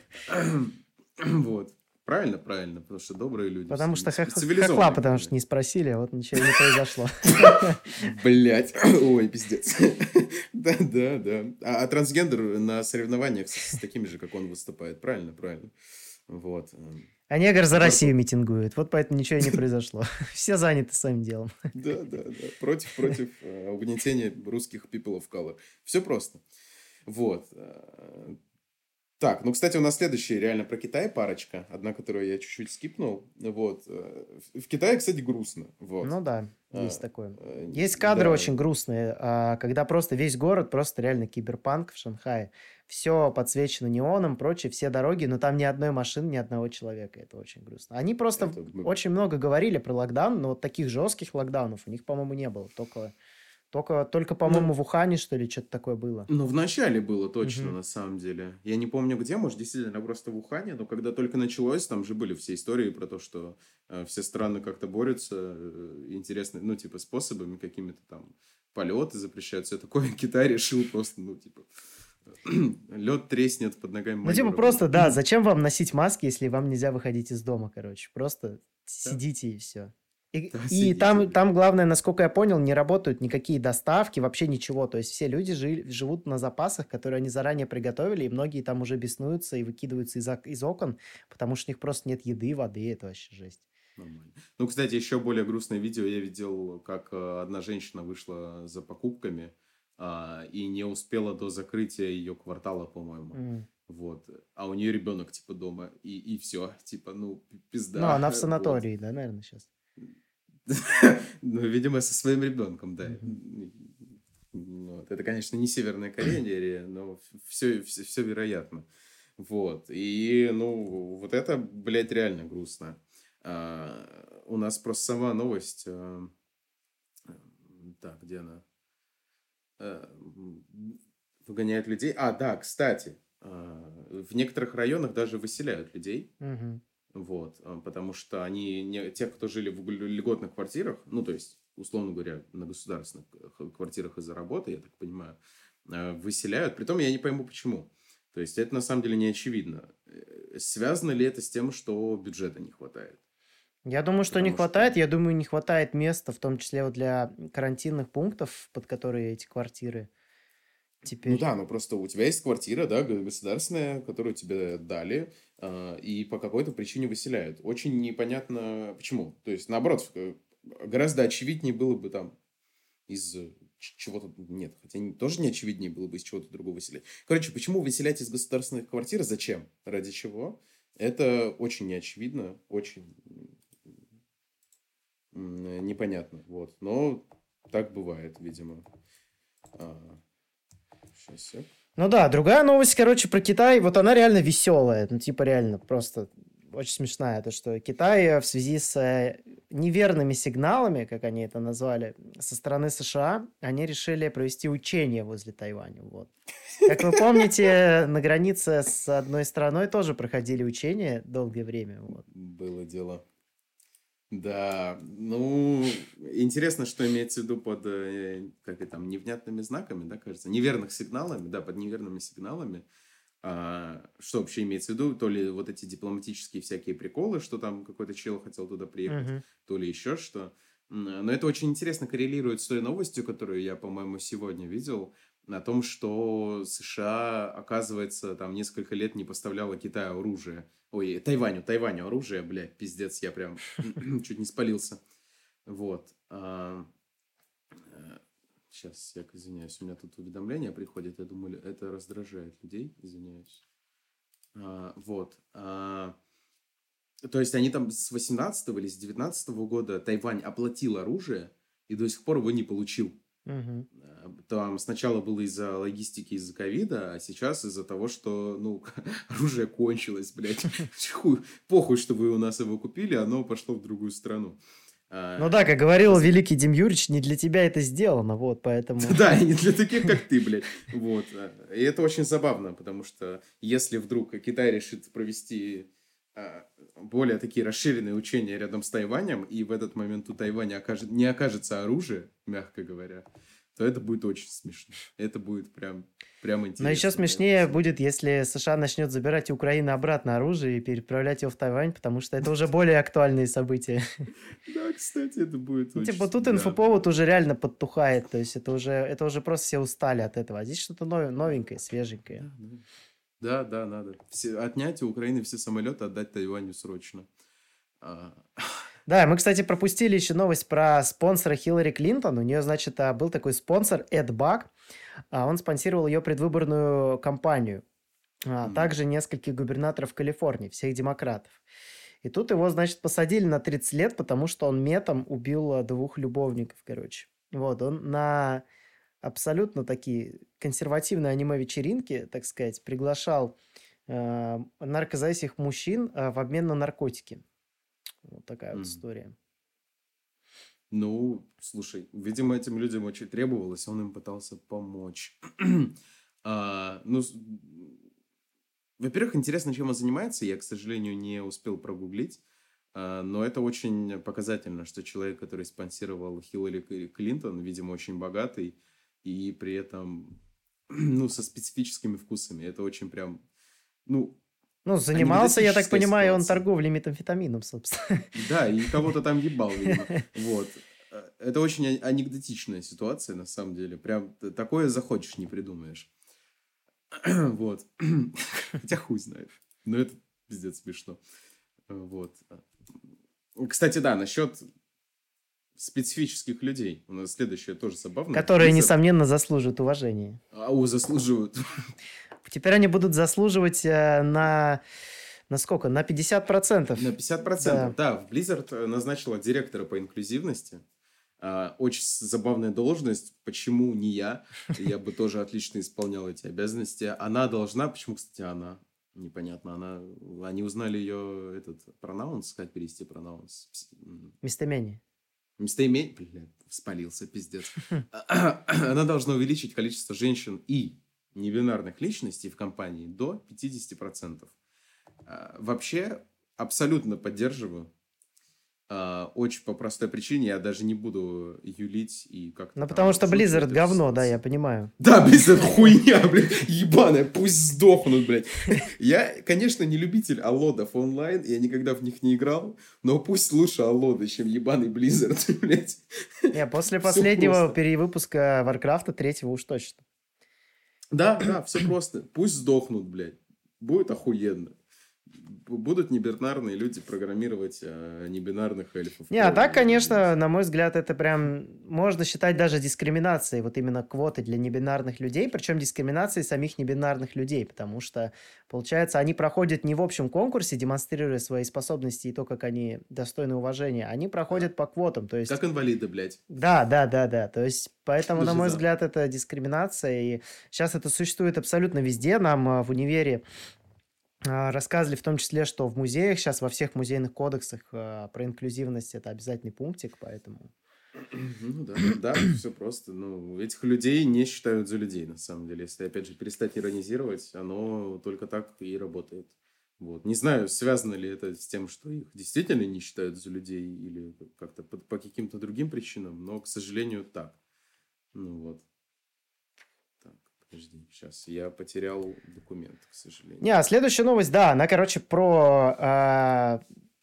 Вот. Правильно, потому что добрые люди. Потому что цивилизованные. хохла, потому что не спросили, а вот ничего не произошло. Блять, ой, пиздец. Да. А трансгендер на соревнованиях с такими же, как он, выступает. Правильно. Вот. А негр за Россию митингует. Вот поэтому ничего и не произошло. Все заняты своим делом. Да. Против угнетения русских people of color. Все просто. Вот. Так, ну, кстати, у нас следующая реально про Китай парочка. Одна, которую я чуть-чуть скипнул. Вот. В Китае, кстати, грустно. Вот. Ну да, есть такое. Есть кадры очень грустные, когда просто весь город, просто реально киберпанк в Шанхае. Все подсвечено неоном, прочее, все дороги, но там ни одной машины, ни одного человека. Это очень грустно. Они просто очень много говорили про локдаун, но вот таких жестких локдаунов у них, по-моему, не было. Только, по-моему, в Ухане, что ли, что-то такое было. Ну, в начале было точно, на самом деле. Я не помню где, может, действительно просто в Ухане, но когда только началось, там же были все истории про то, что все страны как-то борются интересными, ну, типа, способами, какими-то там полеты запрещают, все такое. Китай решил просто, ну, типа, лед треснет под ногами. Ну, типа, просто, да, зачем вам носить маски, если вам нельзя выходить из дома, короче? Просто сидите и все. И там главное, насколько я понял, не работают никакие доставки, вообще ничего. То есть все люди живут на запасах, которые они заранее приготовили, и многие там уже беснуются и выкидываются из окон, потому что у них просто нет еды, воды. Это вообще жесть. Нормально. Ну, кстати, еще более грустное видео я видел, как одна женщина вышла за покупками и не успела до закрытия ее квартала, по-моему. Вот. А у нее ребенок, типа, дома. И все. Типа, ну, пизда. Ну, она в санатории, да, наверное, сейчас. Ну, видимо, со своим ребенком, да. Вот. Это, конечно, не Северная Корея, но все вероятно. Вот. И, ну, вот это, блядь, реально грустно. У нас просто сама новость. Так, где она? Выгоняют людей. Да, кстати. В некоторых районах даже выселяют людей. Вот, потому что они, те, кто жили в льготных квартирах, ну, то есть, условно говоря, на государственных квартирах из-за работы, я так понимаю, выселяют. Притом я не пойму, почему. То есть, это на самом деле не очевидно. Связано ли это с тем, что бюджета не хватает? Я думаю, что не хватает. Я думаю, не хватает места, в том числе вот для карантинных пунктов, под которые эти квартиры теперь... Ну да, но просто у тебя есть квартира, да, государственная, которую тебе дали, и по какой-то причине выселяют. Очень непонятно, почему. То есть, наоборот, гораздо очевиднее было бы там из чего-то... Нет, хотя тоже не очевиднее было бы из чего-то другого выселять. Короче, почему выселять из государственных квартир? Зачем? Ради чего? Это очень неочевидно, очень непонятно. Вот. Но так бывает, видимо. Сейчас. Ну да, другая новость, короче, про Китай. Вот она реально веселая. Ну, типа, реально просто очень смешная. То, что Китай в связи с неверными сигналами, как они это назвали, со стороны США, они решили провести учения возле Тайваня. Вот. Как вы помните, на границе с одной страной тоже проходили учения долгое время. Вот. Было дело. Да, ну, интересно, что имеется в виду под, как и там, невнятными знаками, да, кажется, неверных сигналами, да, под неверными сигналами. Что вообще имеется в виду? То ли вот эти дипломатические всякие приколы, что там какой-то чел хотел туда приехать, то ли еще что. Но это очень интересно коррелирует с той новостью, которую я, по-моему, сегодня видел, о том, что США, оказывается, там несколько лет не поставляла Китаю оружие. Ой, Тайваню оружие, блядь, пиздец, я прям чуть не спалился. Вот. Сейчас, я извиняюсь, у меня тут уведомления приходят, я думаю, это раздражает людей, извиняюсь. Вот. То есть они там с 18 или с 19 года Тайвань оплатил оружие и до сих пор его не получил. Мгм. Там сначала было из-за логистики, из-за ковида, а сейчас из-за того, что, ну, оружие кончилось, блядь. Похуй, что вы у нас его купили, оно пошло в другую страну. Ну да, как говорил великий Дим Юрьевич, не для тебя это сделано, вот, поэтому... Да, и не для таких, как ты, блядь. Вот. И это очень забавно, потому что если вдруг Китай решит провести более такие расширенные учения рядом с Тайванем, и в этот момент у Тайваня не окажется оружия, мягко говоря, то это будет очень смешно. Это будет прям интересно. Но еще смешнее будет, если США начнет забирать у Украины обратно оружие и переправлять его в Тайвань, потому что это уже более актуальные события. Да, кстати, это будет Ну, очень... типа, тут да. инфоповод уже реально подтухает, то есть это уже просто все устали от этого. А здесь что-то новенькое, свеженькое. Да, надо. Отнять у Украины все самолеты, отдать Тайваню срочно. Да, мы, кстати, пропустили еще новость про спонсора Хиллари Клинтон. У нее, значит, был такой спонсор Эд Бак. Он спонсировал ее предвыборную кампанию. Также нескольких губернаторов Калифорнии, всех демократов. И тут его, значит, посадили на 30 лет, потому что он метом убил 2 любовников, короче. Вот, он на абсолютно такие консервативные аниме-вечеринки, так сказать, приглашал наркозависимых мужчин в обмен на наркотики. Вот такая вот история. Ну, слушай, видимо, этим людям очень требовалось, он им пытался помочь. Во-первых, интересно, чем он занимается. Я, к сожалению, не успел прогуглить. Но это очень показательно, что человек, который спонсировал Хиллари Клинтон, видимо, очень богатый и при этом, ну, со специфическими вкусами. Это очень прям, ну, занимался, я так понимаю, он ситуация. торговлей метамфетамином, собственно. Да, и кого-то там ебал, видимо. Вот. Это очень анекдотичная ситуация, на самом деле. Прям такое захочешь, не придумаешь. Вот. Хотя хуй знает. Но это пиздец смешно. Вот. Кстати, да, насчет специфических людей. У нас следующее тоже забавно. Которые, несомненно, заслуживают уважения. Заслуживают. Теперь они будут заслуживать на сколько? На 50%. На 50%. Да, в Blizzard назначила директора по инклюзивности. Очень забавная должность. Почему не я? Я бы тоже отлично исполнял эти обязанности. Она должна... Почему, кстати, она? Непонятно. Они узнали ее пронаунс. Как перевести пронаунс? Местоимение. Местоимение? Блин, спалился, пиздец. Она должна увеличить количество женщин и небинарных личностей в компании до 50%. Вообще, абсолютно поддерживаю. Очень по простой причине, я даже не буду юлить и как-то... Ну, потому что Blizzard говно, да, я понимаю. Да, Blizzard хуйня, блядь, ебаная, пусть сдохнут, блядь. Я, конечно, не любитель аллодов онлайн, я никогда в них не играл, но пусть лучше аллоды, чем ебаный Blizzard, блядь. Не, после последнего перевыпуска Warcraft 3 уж точно. Да, все просто. Пусть сдохнут, блядь. Будет охуенно. Будут небинарные люди программировать небинарных эльфов. Не, а так, конечно, на мой взгляд, это прям можно считать даже дискриминацией, вот именно квоты для небинарных людей, причем дискриминацией самих небинарных людей, потому что, получается, они проходят не в общем конкурсе, демонстрируя свои способности и то, как они достойны уважения, они проходят по квотам, то есть... Как инвалиды, блядь. Да, то есть, поэтому, на мой взгляд, это дискриминация, и сейчас это существует абсолютно везде, нам в универе рассказывали в том числе, что в музеях сейчас во всех музейных кодексах про инклюзивность это обязательный пунктик, поэтому... Ну да, все просто. Ну, этих людей не считают за людей, на самом деле. Если, опять же, перестать иронизировать, оно только так и работает. Вот. Не знаю, связано ли это с тем, что их действительно не считают за людей или как-то по каким-то другим причинам, но, к сожалению, так. Ну вот. Подожди, сейчас я потерял документ, к сожалению. Не, следующая новость, да, она, короче, про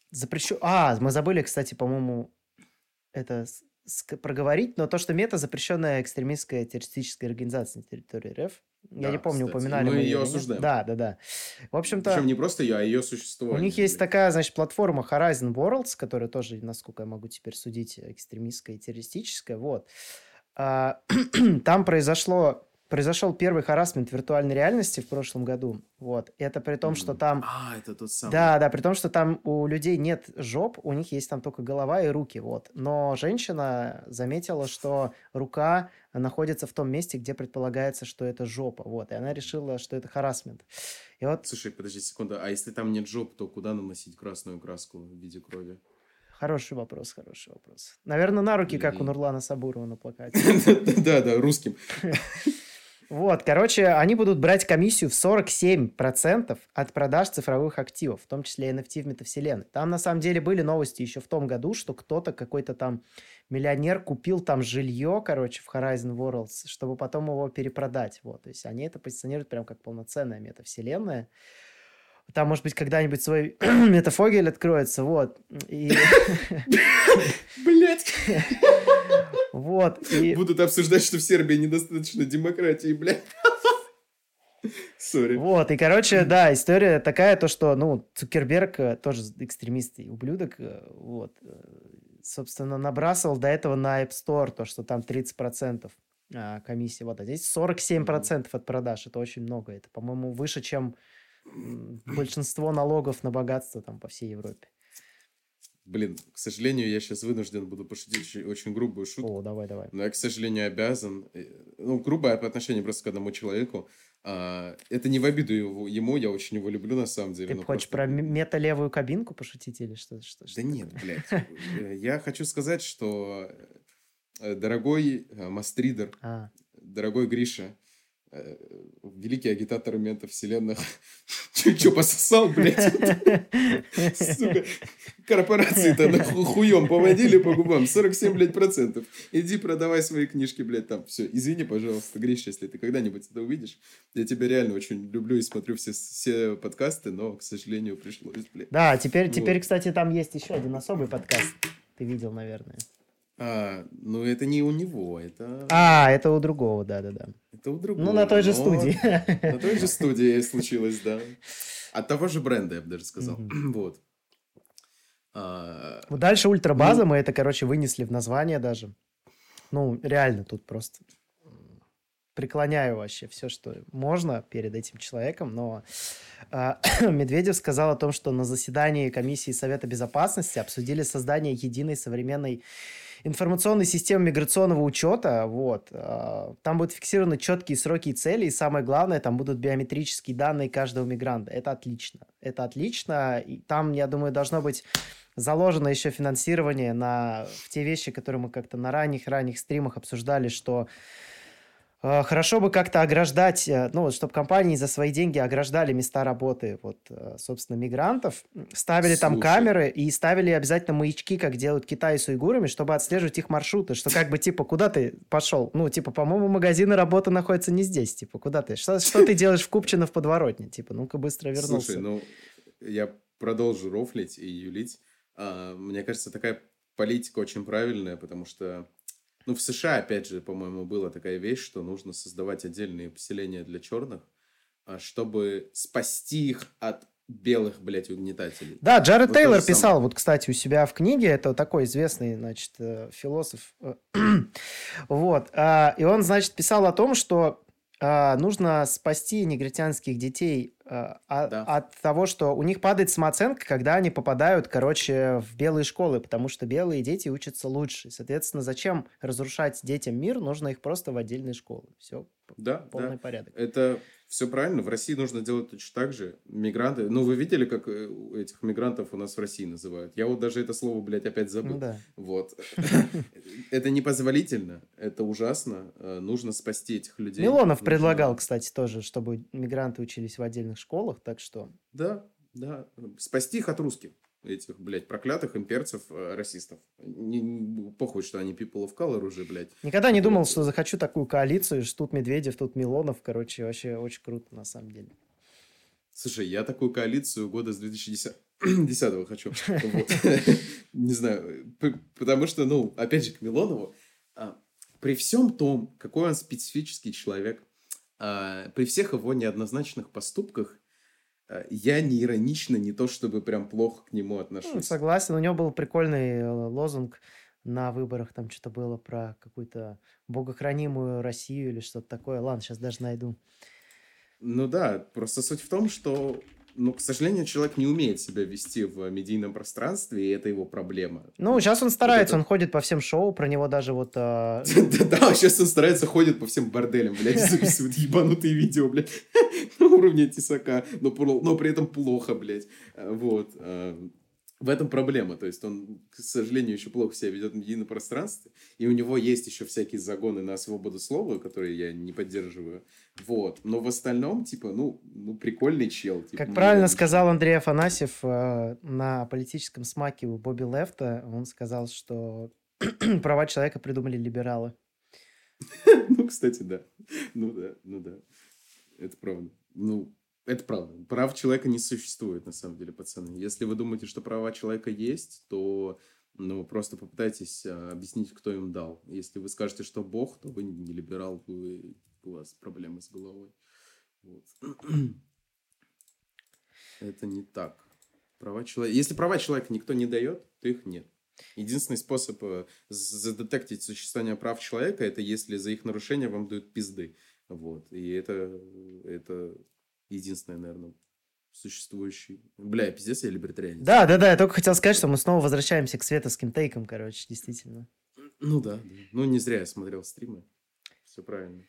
мы забыли, кстати, по-моему, это проговорить, но то, что Мета запрещенная экстремистская террористическая организация на территории РФ. Я не помню, кстати, упоминали мы мы ее или нет. осуждаем. Да. В общем-то... Причем не просто ее, а ее существование. У них есть такая, значит, платформа Horizon Worlds, которая тоже, насколько я могу теперь судить, экстремистская и террористическая. Вот. Там произошло произошел первый харассмент в виртуальной реальности в прошлом году. Вот. И это при том, что там... Это тот самый. Да, при том, что там у людей нет жоп, у них есть там только голова и руки, вот. Но женщина заметила, что рука находится в том месте, где предполагается, что это жопа, вот. И она решила, что это харассмент. И вот... Слушай, подожди секунду, а если там нет жоп, то куда наносить красную краску в виде крови? Хороший вопрос. Наверное, на руки, как у Нурлана Сабурова на плакате. Да, русским. Вот, короче, они будут брать комиссию в 47% от продаж цифровых активов, в том числе NFT в метавселенной. Там, на самом деле, были новости еще в том году, что кто-то, какой-то там миллионер купил там жилье, короче, в Horizon Worlds, чтобы потом его перепродать. Вот, то есть они это позиционируют прям как полноценная метавселенная. Там, может быть, когда-нибудь свой метафогель откроется, вот. Блять. Вот. Будут обсуждать, что в Сербии недостаточно демократии, блядь. Сори. Вот, и, короче, да, история такая, то, что, ну, Цукерберг тоже экстремист и ублюдок, вот, собственно, набрасывал до этого на App Store, то, что там 30% комиссия, вот, а здесь 47% от продаж, это очень много, это, по-моему, выше, чем большинство налогов на богатство там по всей Европе. Блин, к сожалению, я сейчас вынужден буду пошутить очень грубую шутку. О, давай. Но я, к сожалению, обязан. Ну, грубое по отношению просто к одному человеку. Это не в обиду ему, я очень его люблю на самом деле. Ты хочешь про мета-левую кабинку пошутить или что? Да нет, блядь. Я хочу сказать, что дорогой Мастридер, дорогой Гриша, великий агитатор метавселенных. Че пососал, блядь? Сука. Корпорации-то хуем поводили по губам. 47, блядь, процентов. Иди продавай свои книжки, блядь, там. Все, извини, пожалуйста, Гриш, если ты когда-нибудь это увидишь. Я тебя реально очень люблю и смотрю все подкасты, но, к сожалению, пришлось, блядь. Да, теперь, кстати, там есть еще один особый подкаст. Ты видел, наверное. Ну, это не у него, это... это у другого, да. Это у другого. Ну, на той же студии. На той же студии случилось, да. От того же бренда, я бы даже сказал. Вот. Дальше ультрабаза, мы это, короче, вынесли в название даже. Ну, реально, тут просто преклоняю вообще все, что можно перед этим человеком, но Медведев сказал о том, что на заседании комиссии Совета Безопасности обсудили создание единой современной информационной системы миграционного учета, вот, там будут фиксированы четкие сроки и цели, и самое главное, там будут биометрические данные каждого мигранта. Это отлично, и там, я думаю, должно быть заложено еще финансирование в те вещи, которые мы как-то на ранних стримах обсуждали, что хорошо бы как-то ограждать, ну, вот, чтобы компании за свои деньги ограждали места работы, вот, собственно, мигрантов, ставили там камеры и ставили обязательно маячки, как делают Китай с уйгурами, чтобы отслеживать их маршруты, что как бы, типа, куда ты пошел? Ну, типа, по-моему, магазин и работа находятся не здесь, типа, куда ты? Что ты делаешь в Купчино в подворотне? Типа, ну-ка быстро вернулся. Слушай, ну, я продолжу рофлить и юлить. Мне кажется, такая политика очень правильная, потому что ну, в США, опять же, по-моему, была такая вещь, что нужно создавать отдельные поселения для черных, чтобы спасти их от белых, блядь, угнетателей. Да, Джаред Тейлор писал, вот, кстати, у себя в книге, это такой известный, значит, философ, вот, и он, значит, писал о том, что нужно спасти негритянских детей от того, что у них падает самооценка, когда они попадают, короче, в белые школы, потому что белые дети учатся лучше. Соответственно, зачем разрушать детям мир? Нужно их просто в отдельные школы. Все, полный порядок. Это все правильно. В России нужно делать точно так же. Мигранты... Ну, вы видели, как этих мигрантов у нас в России называют? Я вот даже это слово, блядь, опять забыл. Да. Вот. Это непозволительно. Это ужасно. Нужно спасти этих людей. Милонов предлагал, кстати, тоже, чтобы мигранты учились в отдельных школах, так что... Да. Спасти их от русских. Этих, блядь, проклятых имперцев, расистов. Похуй, что они people of color уже, блядь. Никогда не думал, что захочу такую коалицию, что тут Медведев, тут Милонов. Короче, вообще очень круто, на самом деле. Слушай, я такую коалицию года с 2010-го хочу. Не знаю. Потому что, ну, опять же, к Милонову. При всем том, какой он специфический человек, при всех его неоднозначных поступках, я не иронично, не то чтобы прям плохо к нему отношусь. Согласен, у него был прикольный лозунг на выборах там что-то было про какую-то богохранимую Россию или что-то такое. Ладно, сейчас даже найду. Ну да, просто суть в том, что, ну, к сожалению, человек не умеет себя вести в медийном пространстве, и это его проблема. Ну, сейчас он Вот старается, это... он ходит по всем шоу, про него даже вот... Да, сейчас он старается, ходит по всем борделям, блядь, записывает ебанутые видео, блядь, на уровне тесака, но при этом плохо, блядь. Вот. В этом проблема, то есть он, к сожалению, еще плохо себя ведет в медийном пространстве, и у него есть еще всякие загоны на свободу слова, которые я не поддерживаю, вот, но в остальном, типа, ну прикольный чел. Типа, Как правильно сказал Андрей Афанасьев на политическом смаке у Бобби Лефта, он сказал, что права человека придумали либералы. Ну, кстати, да. Ну да. Это правда. Ну, это правда. Прав человека не существует, на самом деле, пацаны. Если вы думаете, что права человека есть, то, ну, просто попытайтесь объяснить, кто им дал. Если вы скажете, что Бог, то вы не либерал, у вас проблемы с головой. Вот. Это не так. Права человека... Если права человека никто не дает, то их нет. Единственный способ задетектить существование прав человека, это если за их нарушение вам дают пизды. Вот. И это единственное, наверное, существующий... Бля, пиздец, я либертарианец. Да, я только хотел сказать, что мы снова возвращаемся к световским тейкам, короче, действительно. Ну да. Ну, не зря я смотрел стримы. Все правильно.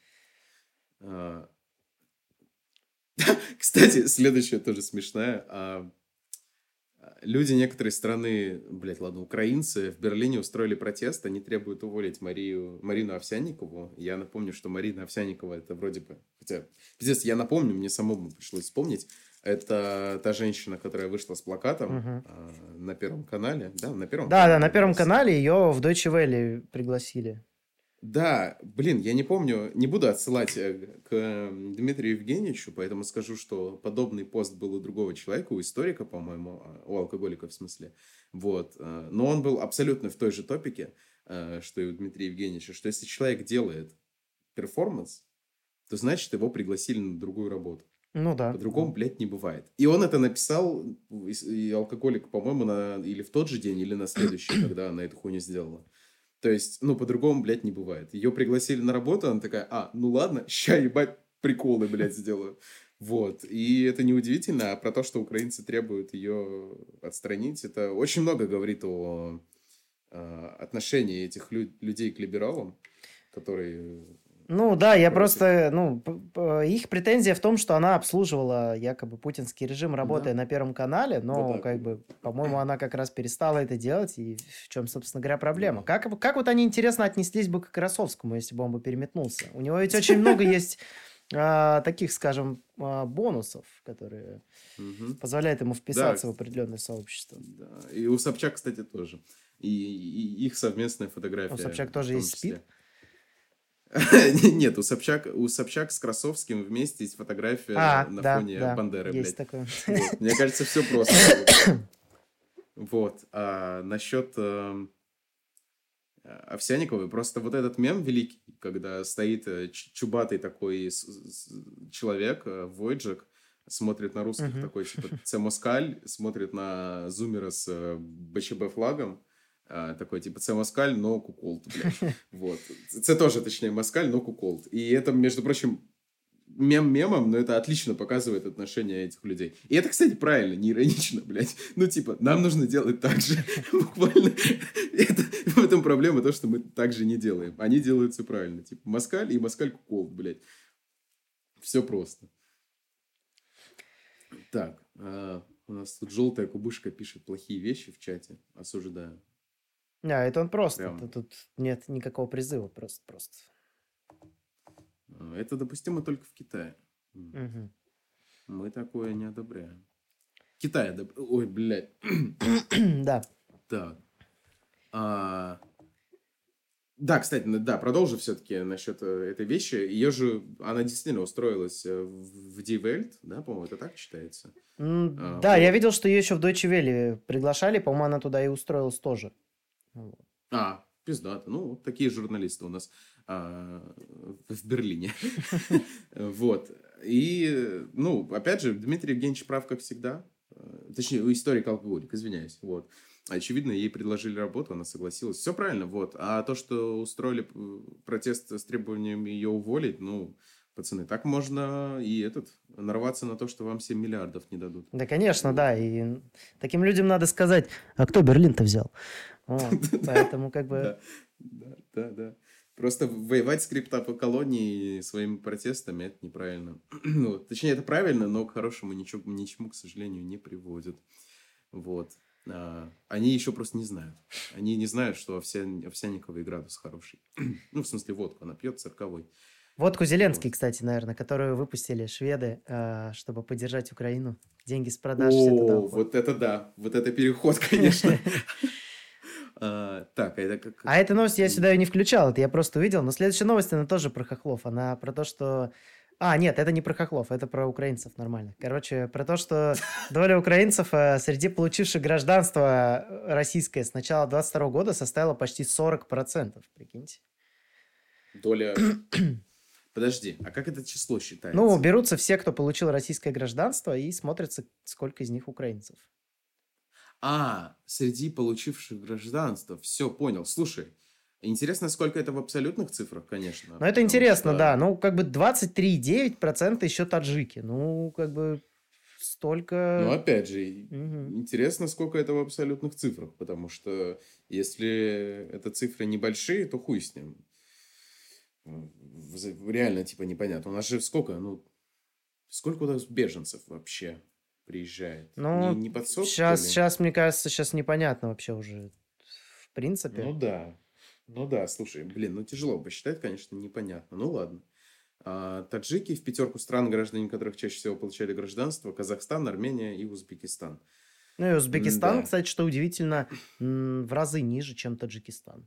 Кстати, следующая тоже смешная. Люди некоторой страны, украинцы в Берлине устроили протест. Они требуют уволить Марину Овсянникову. Я напомню, что Марина Овсянникова это вроде бы... Хотя, пиздец, я напомню, мне самому пришлось вспомнить. Это та женщина, которая вышла с плакатом на Первом канале. Да, на Первом канале. Да, на Первом канале ее в Deutsche Welle пригласили. Да, я не помню, не буду отсылать к Дмитрию Евгеньевичу, поэтому скажу, что подобный пост был у другого человека, у историка, по-моему, у алкоголика в смысле. Вот. Но он был абсолютно в той же топике, что и у Дмитрия Евгеньевича, что если человек делает перформанс, то значит его пригласили на другую работу. Ну да. По-другому, блядь, не бывает. И он это написал, и алкоголик, по-моему, или в тот же день, или на следующий, когда она эту хуйню сделала. То есть, по-другому, блядь, не бывает. Ее пригласили на работу, она такая, ну ладно, ща, ебать, приколы, блядь, сделаю. Вот. И это неудивительно. А про то, что украинцы требуют ее отстранить, это очень много говорит о отношении этих людей к либералам, которые... Ну да, я просто, их претензия в том, что она обслуживала якобы путинский режим, работая на Первом канале, но, по-моему, она как раз перестала это делать, и в чем, собственно говоря, проблема. Как вот они, интересно, отнеслись бы к Красовскому, если бы он бы переметнулся? У него ведь очень много есть таких, скажем, бонусов, которые позволяют ему вписаться в определенное сообщество. Да, и у Собчак, кстати, тоже. И их совместная фотография. У Собчак тоже есть СПИД? Нет, у Собчак с Красовским вместе есть фотография на фоне Бандеры, блядь. Есть такое. Вот. Мне кажется, все просто. Вот. А насчет Овсянниковой, просто вот этот мем великий, когда стоит чубатый такой человек, Войджик, смотрит на русских такой, типа, це москаль, смотрит на зумера с БЧБ флагом, такой, типа, це москаль, но куколд, блядь. Вот. Це тоже, точнее, москаль, но куколд. И это, между прочим, мемом, но это отлично показывает отношение этих людей. И это, кстати, правильно, не иронично, блядь. Нам нужно делать так же. Буквально. В этом проблема, то, что мы так же не делаем. Они делают все правильно. Типа, москаль и москаль куколд, блядь. Все просто. Так. У нас тут желтая кубышка пишет плохие вещи в чате. Осуждаю. Это он просто. Тут нет никакого призыва. Просто. Это допустимо только в Китае. Мы такое не одобряем. Китай Ой, блядь. Да. Так. Да, кстати, продолжу все-таки насчет этой вещи. Она действительно устроилась в Die Welt, да, по-моему, это так читается? Да, я видел, что ее еще в Deutsche Welle приглашали, по-моему, она туда и устроилась тоже. Пиздато. Вот такие журналисты у нас в Берлине. Вот. И, опять же, Дмитрий Евгеньевич прав, как всегда. точнее, историк-алкоголик, извиняюсь, вот. Очевидно, ей предложили работу, она согласилась. Все правильно, вот. А то, что устроили протест с требованием ее уволить, ну, пацаны, так можно и нарваться на то, что вам 7 миллиардов не дадут. Да, конечно, да. И таким людям надо сказать, а кто Берлин-то взял? Вот, поэтому как бы... Да. Просто воевать с криптоколонией своими протестами, это неправильно. Ну, точнее, это правильно, но к хорошему ничему, к сожалению, не приводит. Вот. Они еще просто не знают. Они не знают, что овсяниковый градус хороший. Ну, в смысле, водку она пьет, цирковой. Водку Зеленский, кстати, наверное, которую выпустили шведы, чтобы поддержать Украину. Деньги с продаж. О, вот это да. Вот это переход, конечно. Так, это как... А эту новость я сюда и не включал, это я просто увидел. Но следующая новость, она тоже про хохлов. Она про то, что... нет, это не про хохлов, это про украинцев, нормально. Короче, про то, что доля украинцев среди получивших гражданство российское с начала 2022 года составила почти 40%, прикиньте. Доля... Подожди, а как это число считается? Ну, берутся все, кто получил российское гражданство, и смотрится, сколько из них украинцев. Среди получивших гражданство. Все, понял. Слушай, интересно, сколько это в абсолютных цифрах, конечно. Ну, это интересно, да. Ну, как бы 23,9% еще таджики. Ну, как бы столько... Ну, опять же, интересно, сколько это в абсолютных цифрах, потому что если это цифры небольшие, то хуй с ним. Реально, типа, непонятно. У нас же сколько у нас беженцев вообще приезжает? Ну, не под 100, сейчас, мне кажется, сейчас непонятно вообще уже, в принципе. Ну да, слушай, тяжело посчитать, конечно, непонятно. Ну ладно. Таджики в 5 стран, граждане которых чаще всего получали гражданство: Казахстан, Армения и Узбекистан. Ну и Узбекистан, кстати, что удивительно, в разы ниже, чем Таджикистан.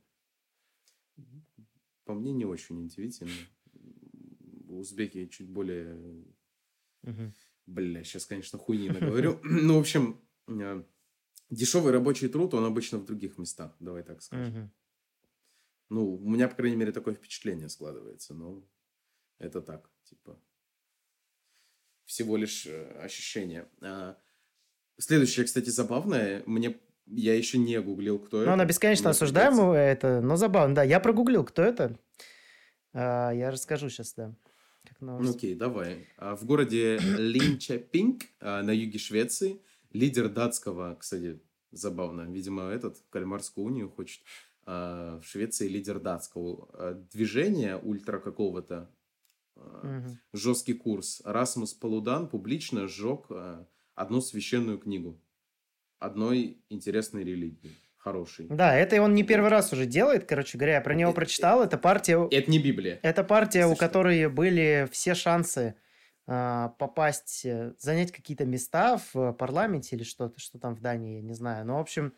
По мне, не очень удивительно. Узбеки чуть более... Сейчас, конечно, хуйни наговорю. Ну, в общем, дешевый рабочий труд, он обычно в других местах, давай так скажем. Ну, у меня, по крайней мере, такое впечатление складывается. Но это так, типа, всего лишь ощущение. Следующее, кстати, забавное. Я еще не гуглил, кто это. Ну, она бесконечно осуждаемая, это, но забавно. Да, я прогуглил, кто это. Я расскажу сейчас, да. Окей, давай. В городе Линчепинг на юге Швеции лидер датского, кстати, забавно, видимо, Кальмарскую унию хочет, в Швеции лидер датского движения ультра какого-то, жесткий курс, Расмус Палудан публично сжег одну священную книгу одной интересной религии. Хороший. Да, это он не первый раз уже делает, короче говоря, я про него прочитал, это партия... Это не Библия. Это партия, у которой были все шансы попасть, занять какие-то места в парламенте или что-то, что там в Дании, я не знаю. Но, в общем,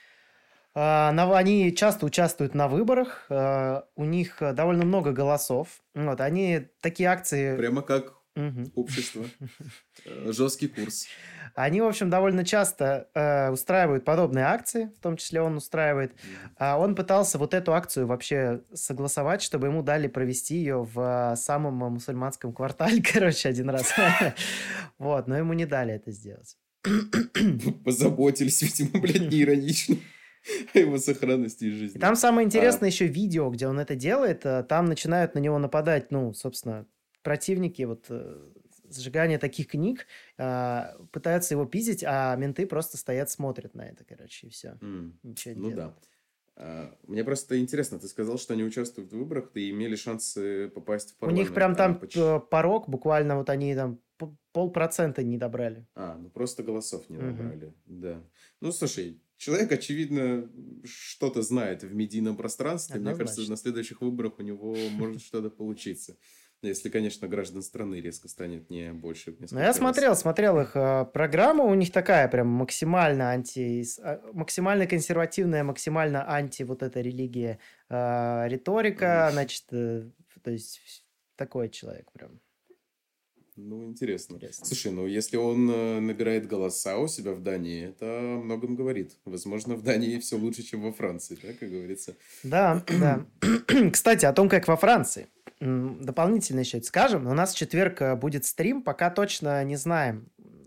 они часто участвуют на выборах, у них довольно много голосов. Вот, они такие акции... Прямо как общество. Жесткий курс. Они, в общем, довольно часто устраивают подобные акции, в том числе он устраивает. Он пытался вот эту акцию вообще согласовать, чтобы ему дали провести ее в самом мусульманском квартале, короче, один раз. Вот, но ему не дали это сделать. Позаботились, видимо, блядь, не иронично. О его сохранности и жизни. И там самое интересное еще видео, где он это делает. Там начинают на него нападать, собственно, противники сжигания таких книг, пытаются его пиздить, а менты просто стоят, смотрят на это, короче, и все. Ничего не делают. Да. Мне просто интересно, ты сказал, что они участвуют в выборах, и имели шансы попасть в парламент. У них прям там порог, буквально они там 0,5% не добрали. Просто голосов не добрали, да. Ну, слушай, человек, очевидно, что-то знает в медийном пространстве. Мне кажется, на следующих выборах у него может что-то получиться. Если, конечно, граждан страны резко станет не больше. Ну, я смотрел их программу, у них такая прям максимально консервативная, максимально анти вот эта религия, риторика, значит, то есть такой человек прям. Ну, интересно. Слушай, если он набирает голоса у себя в Дании, это о многом говорит. Возможно, в Дании все лучше, чем во Франции, да, как говорится. Да. Кстати, о том, как во Франции. Дополнительно еще скажем, у нас в четверг будет стрим, пока точно не знаем,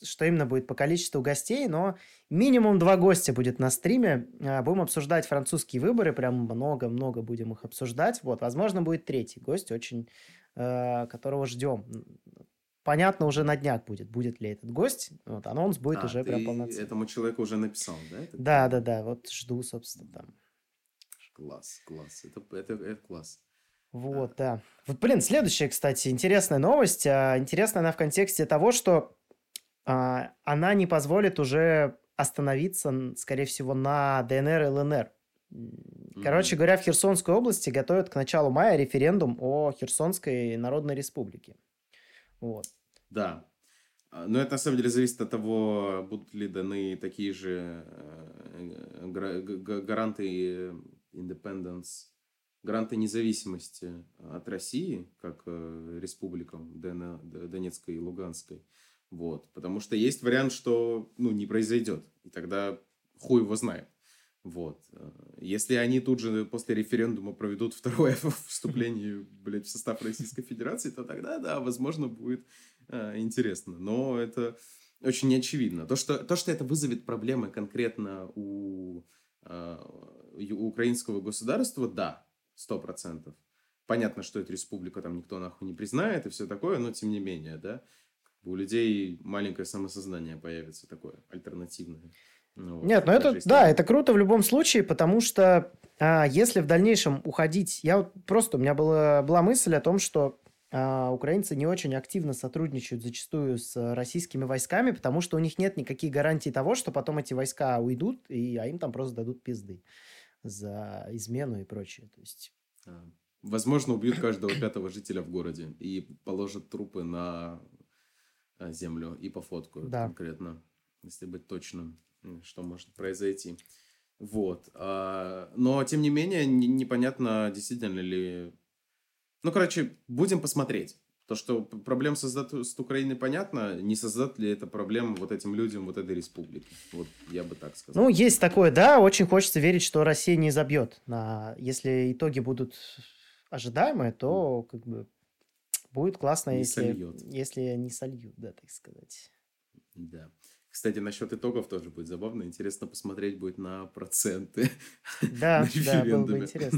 что именно будет по количеству гостей, но минимум 2 гостя будет на стриме. Будем обсуждать французские выборы, прям много-много будем их обсуждать. Вот, возможно, будет третий гость, очень, которого ждем. Понятно, уже на днях будет ли этот гость. Вот, анонс будет уже прям ты полноценный. этому человеку уже написал, да? Да, вот жду, собственно, там. Класс. Это класс. Вот, да. Вот, блин, следующая, кстати, интересная новость. Интересная она в контексте того, что она не позволит уже остановиться, скорее всего, на ДНР и ЛНР. Короче говоря, в Херсонской области готовят к началу мая референдум о Херсонской Народной Республике. Вот. Да. Но это на самом деле зависит от того, будут ли даны такие же гаранты independence, гаранты независимости от России, как республикам Донецкой и Луганской. Вот. Потому что есть вариант, что не произойдет. И тогда хуй его знает. Вот. Если они тут же после референдума проведут второе вступление, в состав Российской Федерации, то тогда, да, возможно, будет интересно. Но это очень неочевидно. То, что это вызовет проблемы конкретно у украинского государства, да, 100%. Понятно, что эту республику там никто нахуй не признает и все такое, но тем не менее, да, у людей маленькое самосознание появится такое, альтернативное. Нет, это круто в любом случае, потому что если в дальнейшем уходить... у меня была мысль о том, что украинцы не очень активно сотрудничают зачастую с российскими войсками, потому что у них нет никаких гарантий того, что потом эти войска уйдут, а им там просто дадут пизды за измену и прочее. То есть... Возможно, убьют каждого 5-го жителя в городе и положат трупы на землю и пофоткают конкретно, если быть точным, что может произойти. Вот. Но, тем не менее, непонятно, действительно ли... будем посмотреть. То, что проблем создать с Украиной, понятно. Не создат ли это проблем вот этим людям, вот этой республики? Вот я бы так сказал. Есть такое, да. Очень хочется верить, что Россия не забьет. Если итоги будут ожидаемые, то будет классно, если не сольют, да, так сказать. Да. Кстати, насчет итогов тоже будет забавно. Интересно посмотреть будет на проценты. Да, было бы интересно.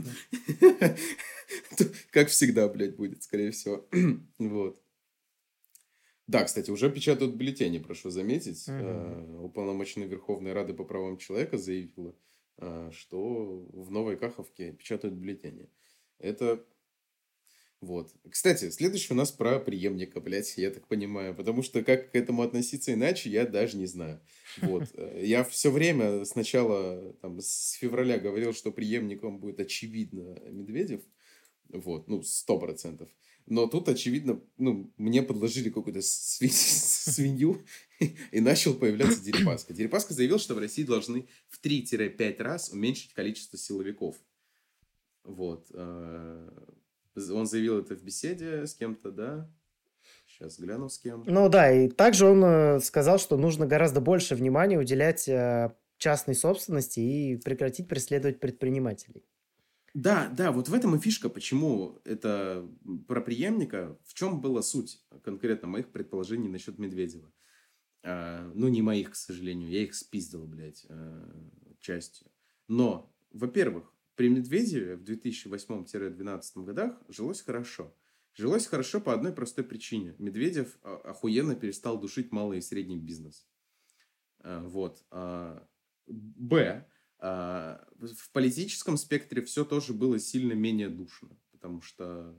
Как всегда, будет, скорее всего. Вот. Да, кстати, уже печатают бюллетени, прошу заметить. Уполномоченный Верховной Рады по правам человека заявила, что в Новой Каховке печатают бюллетени. Это... Вот. Кстати, следующий у нас про преемника, я так понимаю. Потому что как к этому относиться иначе, я даже не знаю. Вот. Я все время сначала, с февраля говорил, что преемником будет очевидно Медведев. Вот, 100%. Но тут, очевидно, мне подложили какую-то свинью, и начал появляться Дерипаска. Дерипаска заявил, что в России должны в 3-5 раз уменьшить количество силовиков. Вот. Он заявил это в беседе с кем-то, да? Сейчас гляну с кем. И также он сказал, что нужно гораздо больше внимания уделять частной собственности и прекратить преследовать предпринимателей. Да, вот в этом и фишка, почему это про преемника, в чем была суть конкретно моих предположений насчет Медведева. Не моих, к сожалению, я их спиздил, частью. Но, во-первых, при Медведеве в 2008-2012 годах жилось хорошо. Жилось хорошо по одной простой причине. Медведев охуенно перестал душить малый и средний бизнес. Вот. Б. В политическом спектре все тоже было сильно менее душно. Потому что,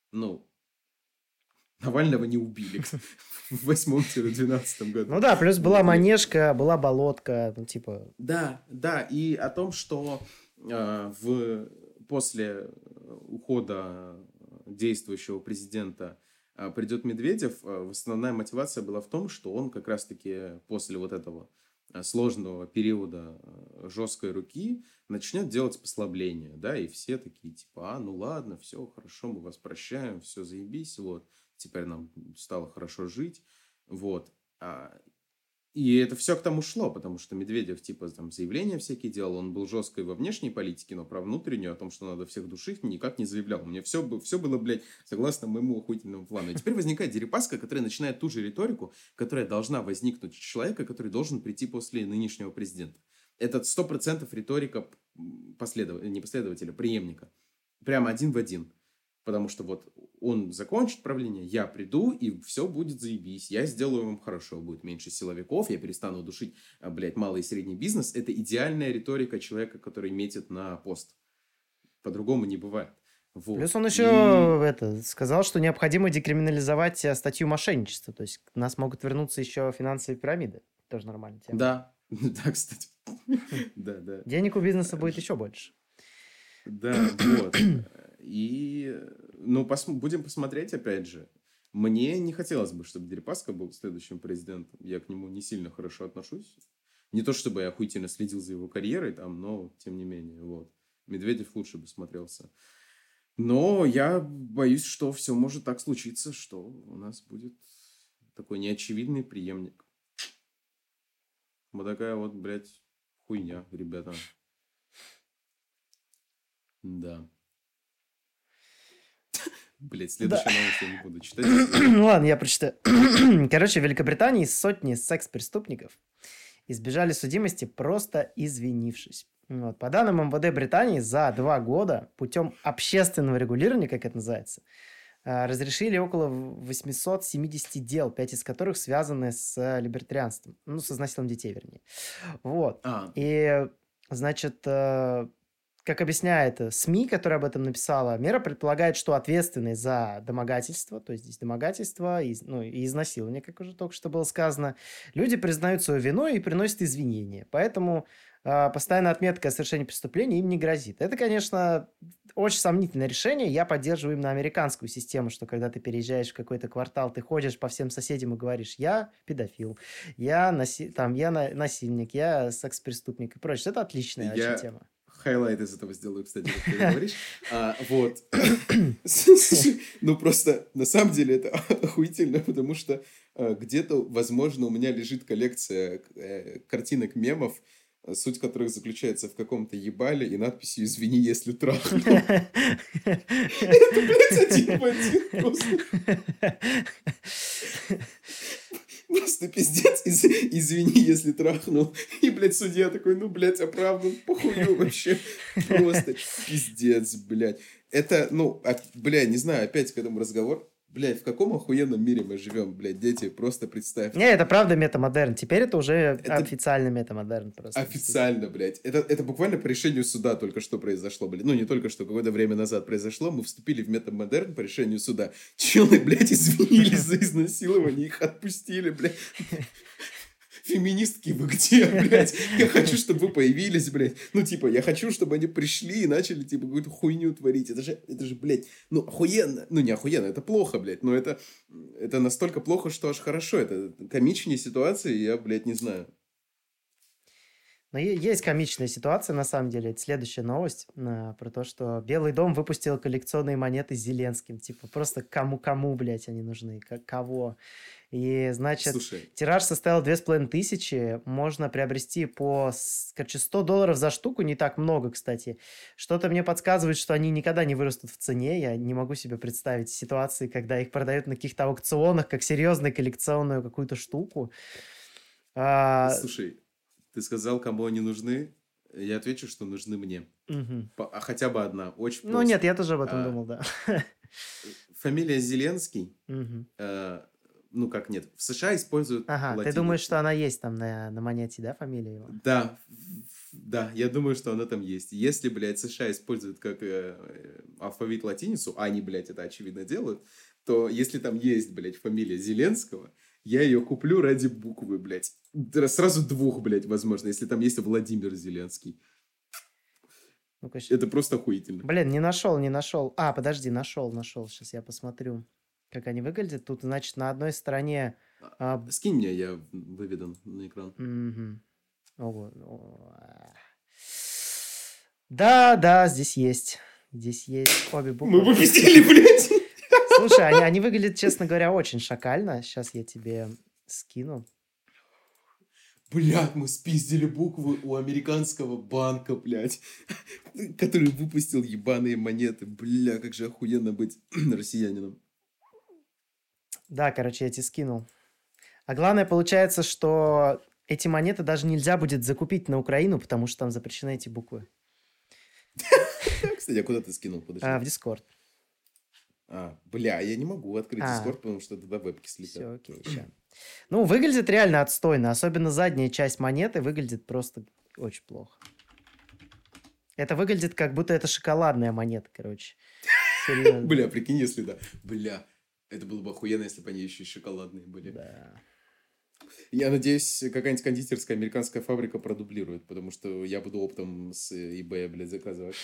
Навального не убили в 2008-2012 году. Плюс была Манежка, была Болотка, Да, и о том, что после ухода действующего президента придет Медведев, основная мотивация была в том, что он как раз-таки после вот этого сложного периода жесткой руки начнет делать послабления, да, и все такие, ладно, все, хорошо, мы вас прощаем, все, заебись, вот, теперь нам стало хорошо жить, вот. И это все к тому шло, потому что Медведев, типа, там, заявления всякие делал, он был жесткий во внешней политике, но про внутреннюю, о том, что надо всех душить, никак не заявлял. У меня все было, блядь, согласно моему охуительному плану. И теперь возникает Дерипаска, которая начинает ту же риторику, которая должна возникнуть у человека, который должен прийти после нынешнего президента. Это 100% риторика не последователя, преемника. Прямо один в один. Потому что вот он закончит правление, я приду, и все будет заебись. Я сделаю вам хорошо. Будет меньше силовиков, я перестану душить, блядь, малый и средний бизнес. Это идеальная риторика человека, который метит на пост. По-другому не бывает. Вот. Плюс он еще сказал, что необходимо декриминализовать статью мошенничества. То есть у нас могут вернуться еще финансовые пирамиды. Тоже нормальная тема. Да, да, кстати. Да. Денег у бизнеса будет еще больше. Да, вот. И, будем посмотреть, опять же. Мне не хотелось бы, чтобы Дерипаска был следующим президентом. Я к нему не сильно хорошо отношусь. Не то, чтобы я охуительно следил за его карьерой, там, но тем не менее, вот. Медведев лучше бы смотрелся. Но я боюсь, что все может так случиться, что у нас будет такой неочевидный преемник. Вот такая вот, блядь, хуйня, ребята. Да. Блять, следующая новость я не буду читать. Ну ладно, я прочитаю. Короче, в Великобритании сотни секс-преступников избежали судимости, просто извинившись. Вот. По данным МВД Британии, за 2 года путем общественного регулирования, как это называется, разрешили около 870 дел, 5 из которых связаны с либертарианством. Ну, с изнасилованием детей, вернее. Вот. И, значит, как объясняет СМИ, которая об этом написала, мера предполагает, что ответственный за домогательство, то есть здесь домогательство и изнасилование, как уже только что было сказано, люди признают свою вину и приносят извинения. Поэтому постоянная отметка о совершении преступления им не грозит. Это, конечно, очень сомнительное решение. Я поддерживаю именно американскую систему, что когда ты переезжаешь в какой-то квартал, ты ходишь по всем соседям и говоришь: я педофил, я насильник, я секс-преступник и прочее. Это отличная очень тема. Хайлайт из этого сделаю, кстати, как ты говоришь. Вот. Ну, просто, на самом деле, это охуительно, потому что где-то, возможно, у меня лежит коллекция картинок мемов, суть которых заключается в каком-то ебале и надписью «Извини, если трахну». Это, блядь, один в один просто. Просто пиздец, извини, если трахнул. И, блядь, судья такой: ну, блядь, оправдан, похую вообще. Просто пиздец, блядь. Это, блядь, не знаю, опять к этому разговор. Блядь, в каком охуенном мире мы живем, блядь, дети, просто представьте. Не, это правда метамодерн. Теперь это уже официальный метамодерн просто. Официально, блядь. Это буквально по решению суда только что произошло, блядь. Ну, не только что, какое-то время назад произошло. Мы вступили в метамодерн по решению суда. Челы, блядь, извинились за изнасилование, их отпустили, блядь. Феминистки, вы где, блядь? Я хочу, чтобы вы появились, блядь. Ну, типа, я хочу, чтобы они пришли и начали, типа, какую-то хуйню творить. Это же, блядь, охуенно. Ну, не охуенно, это плохо, блядь. Но это настолько плохо, что аж хорошо. Это комичнее ситуации, я, блядь, не знаю. Но есть комичная ситуация, на самом деле. Это следующая новость про то, что Белый дом выпустил коллекционные монеты с Зеленским. Типа, просто кому, блядь, они нужны? Кого? И, значит, тираж составил 2500. Можно приобрести по, короче, $100 за штуку. Не так много, кстати. Что-то мне подсказывает, что они никогда не вырастут в цене. Я не могу себе представить ситуации, когда их продают на каких-то аукционах, как серьезную коллекционную какую-то штуку. Слушай, ты сказал, кому они нужны. Я отвечу, что нужны мне. Хотя бы одна. Очень просто. Ну, нет, я тоже об этом думал, да. Фамилия Зеленский. Ну, как нет. В США используют латиницу. Ты думаешь, что она есть там на монете, да, фамилия его? Да, я думаю, что она там есть. Если, блядь, США используют как алфавит латиницу, а они, блядь, это очевидно делают, то если там есть, блядь, фамилия Зеленского, я ее куплю ради буквы, блядь. Сразу 2, блядь, возможно, если там есть Владимир Зеленский. Это просто охуительно. Блин, не нашел. Подожди, нашел. Сейчас я посмотрю, как они выглядят. Тут, значит, на одной стороне... Скинь мне, я выведан на экран. Да, здесь есть. Обе буквы. Мы выпустили, блядь! Слушай, они выглядят, честно говоря, очень шакально. Сейчас я тебе скину. Блядь, мы спиздили буквы у американского банка, блядь, который выпустил ебаные монеты. Бля, как же охуенно быть россиянином. Да, короче, я тебе скинул. А главное, получается, что эти монеты даже нельзя будет закупить на Украину, потому что там запрещены эти буквы. Кстати, а куда ты скинул? Подожди. В Discord. Бля, я не могу открыть А. Discord, потому что туда вебки слетят. Все, окей, ща. Ну, выглядит реально отстойно. Особенно задняя часть монеты выглядит просто очень плохо. Это выглядит, как будто это шоколадная монета, короче. Серьезно. Бля, прикинь, если да. Бля, это было бы охуенно, если бы они еще и шоколадные были. Да. Я надеюсь, какая-нибудь кондитерская американская фабрика продублирует, потому что я буду оптом с eBay, блядь, заказывать.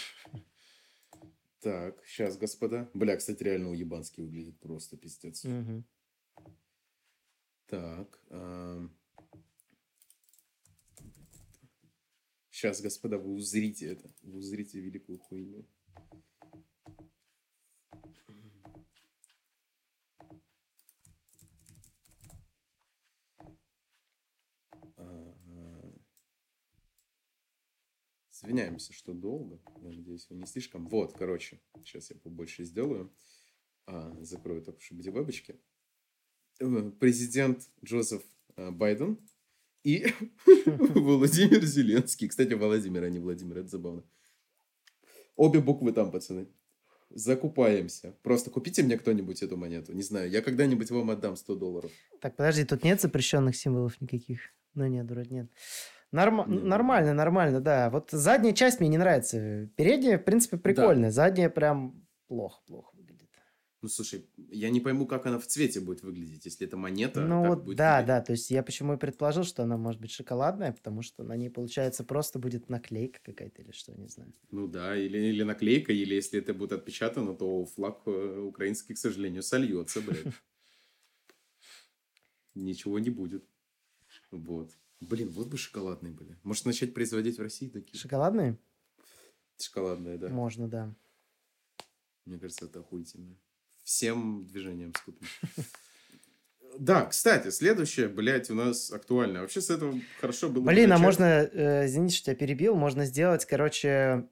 Так, сейчас, господа. Бля, кстати, реально уебанский выглядит просто пиздец. Мгм. Так. Сейчас, господа, вы узрите это. Вы узрите великую хуйню. Извиняемся, что долго. Я надеюсь, вы не слишком. Вот, короче. Сейчас я побольше сделаю. Закрою так, чтобы эти бабочки. Президент Джозеф Байден и Владимир Зеленский. Кстати, Владимир, а не Владимир. Это забавно. Обе буквы там, пацаны. Закупаемся. Просто купите мне кто-нибудь эту монету. Не знаю, я когда-нибудь вам отдам $100. Так, подожди, тут нет запрещенных символов никаких? Ну нет, вроде нет. Нет. Нормально, да. Вот задняя часть мне не нравится. Передняя, в принципе, прикольная. Задняя прям плохо выглядит. Ну, слушай, я не пойму, как она в цвете будет выглядеть, если это монета. Ну как вот, будет да, выглядеть? да. То есть я почему и предположил, что она может быть шоколадная, потому что на ней, получается, просто будет наклейка какая-то или что, не знаю. Ну да, или наклейка, или если это будет отпечатано, то флаг украинский, к сожалению, сольется, блядь. Ничего не будет. Вот. Блин, вот бы шоколадные были. Может, начать производить в России такие? Шоколадные? Шоколадные, да. Можно, да. Мне кажется, это охуительно. Всем движением скупим. Да, кстати, следующее, блядь, у нас актуально. Вообще с этого хорошо было бы Блин, а начать. можно, извините, что я перебил, можно сделать, короче,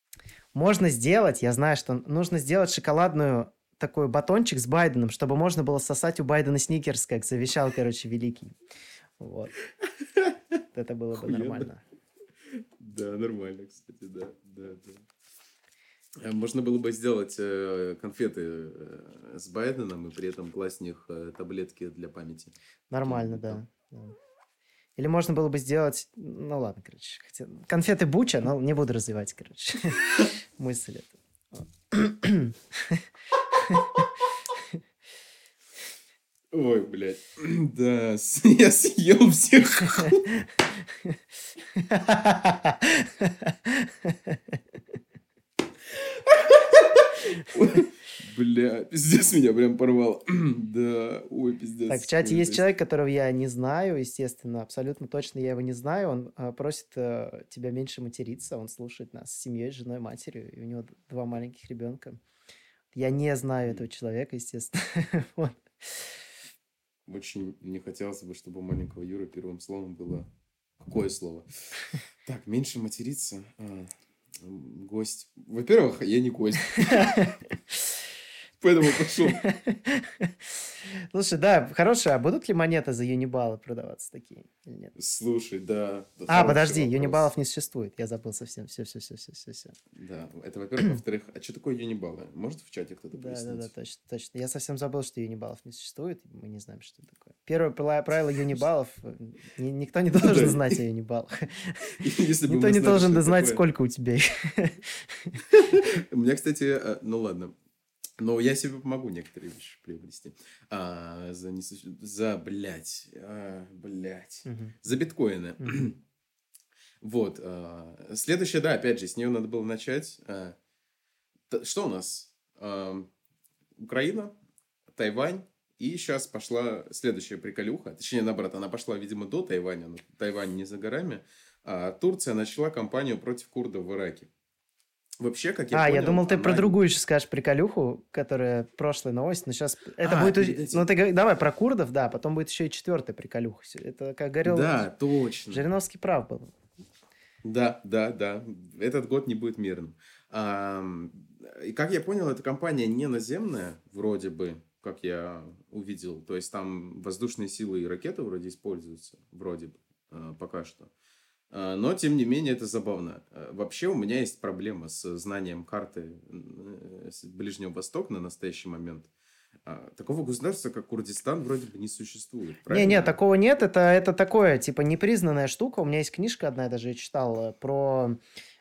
я знаю, что нужно сделать шоколадную такой батончик с Байденом, чтобы можно было сосать у Байдена сникерс, как завещал, короче, великий. Вот. Это было бы Охуенно. нормально. Да, нормально, кстати, да. Можно было бы сделать конфеты с Байденом и при этом класть в них таблетки для памяти. Нормально, Какие-нибудь да. Или можно было бы сделать... Ну ладно, короче. Конфеты Буча, но не буду развивать, короче. Мысль эту. Ой, блядь. Да, я съел всех. Бля, пиздец, меня прям порвал. Да, ой, пиздец. Так, в чате Ой, есть жесть. человек, которого я не знаю, естественно, абсолютно точно я его не знаю. Он просит тебя меньше материться, он слушает нас с семьей, с женой, матерью, и у него 2 маленьких ребенка. Я не знаю этого человека, естественно. Вот. Очень не хотелось бы, чтобы у маленького Юры первым словом было... Какое слово? Так, меньше материться. Гость. Во-первых, я не гость. Поэтому пошел. Слушай, да, хорошие. А будут ли монеты за юнибалы продаваться такие или нет? Слушай, да. Хороший Подожди, вопрос. юнибалов не существует. Я забыл совсем. Все. Да, это во-первых. Во-вторых, а что такое юнибалы? Может в чате кто-то Да, пояснить? точно. Я совсем забыл, что юнибалов не существует. Мы не знаем, что это такое. Первое правило юнибалов. Никто не должен знать о юнибалах. Если бы Никто мы не знали, должен что это знать, такое. сколько у тебя их. У меня, кстати, ну ладно. Но я себе помогу некоторые вещи приобрести. Блядь. Мгм. За биткоины. Мгм. Вот. Следующее, да, опять же, с нее надо было начать. Что у нас? Украина, Тайвань. И сейчас пошла следующая приколюха. Точнее, наоборот, она пошла, видимо, до Тайваня. Но Тайвань не за горами. Турция начала кампанию против курдов в Ираке. Вообще, как я понял, я думал, ты про она... другую еще скажешь приколюху, которая прошлая новость, но сейчас это будет... перед этим. Ну, ты давай про курдов, да, потом будет еще и четвертая приколюха. Это, как говорил, Да, точно. Жириновский прав был. Да. Этот год не будет мирным. И как я понял, эта компания не наземная, вроде бы, как я увидел. То есть там воздушные силы и ракеты вроде используются, вроде бы, пока что. Но, тем не менее, это забавно. Вообще, у меня есть проблема с знанием карты Ближнего Востока на настоящий момент. Такого государства, как Курдистан, вроде бы не существует. Не, такого нет. Это такое, типа, непризнанная штука. У меня есть книжка одна, я даже ее читал, про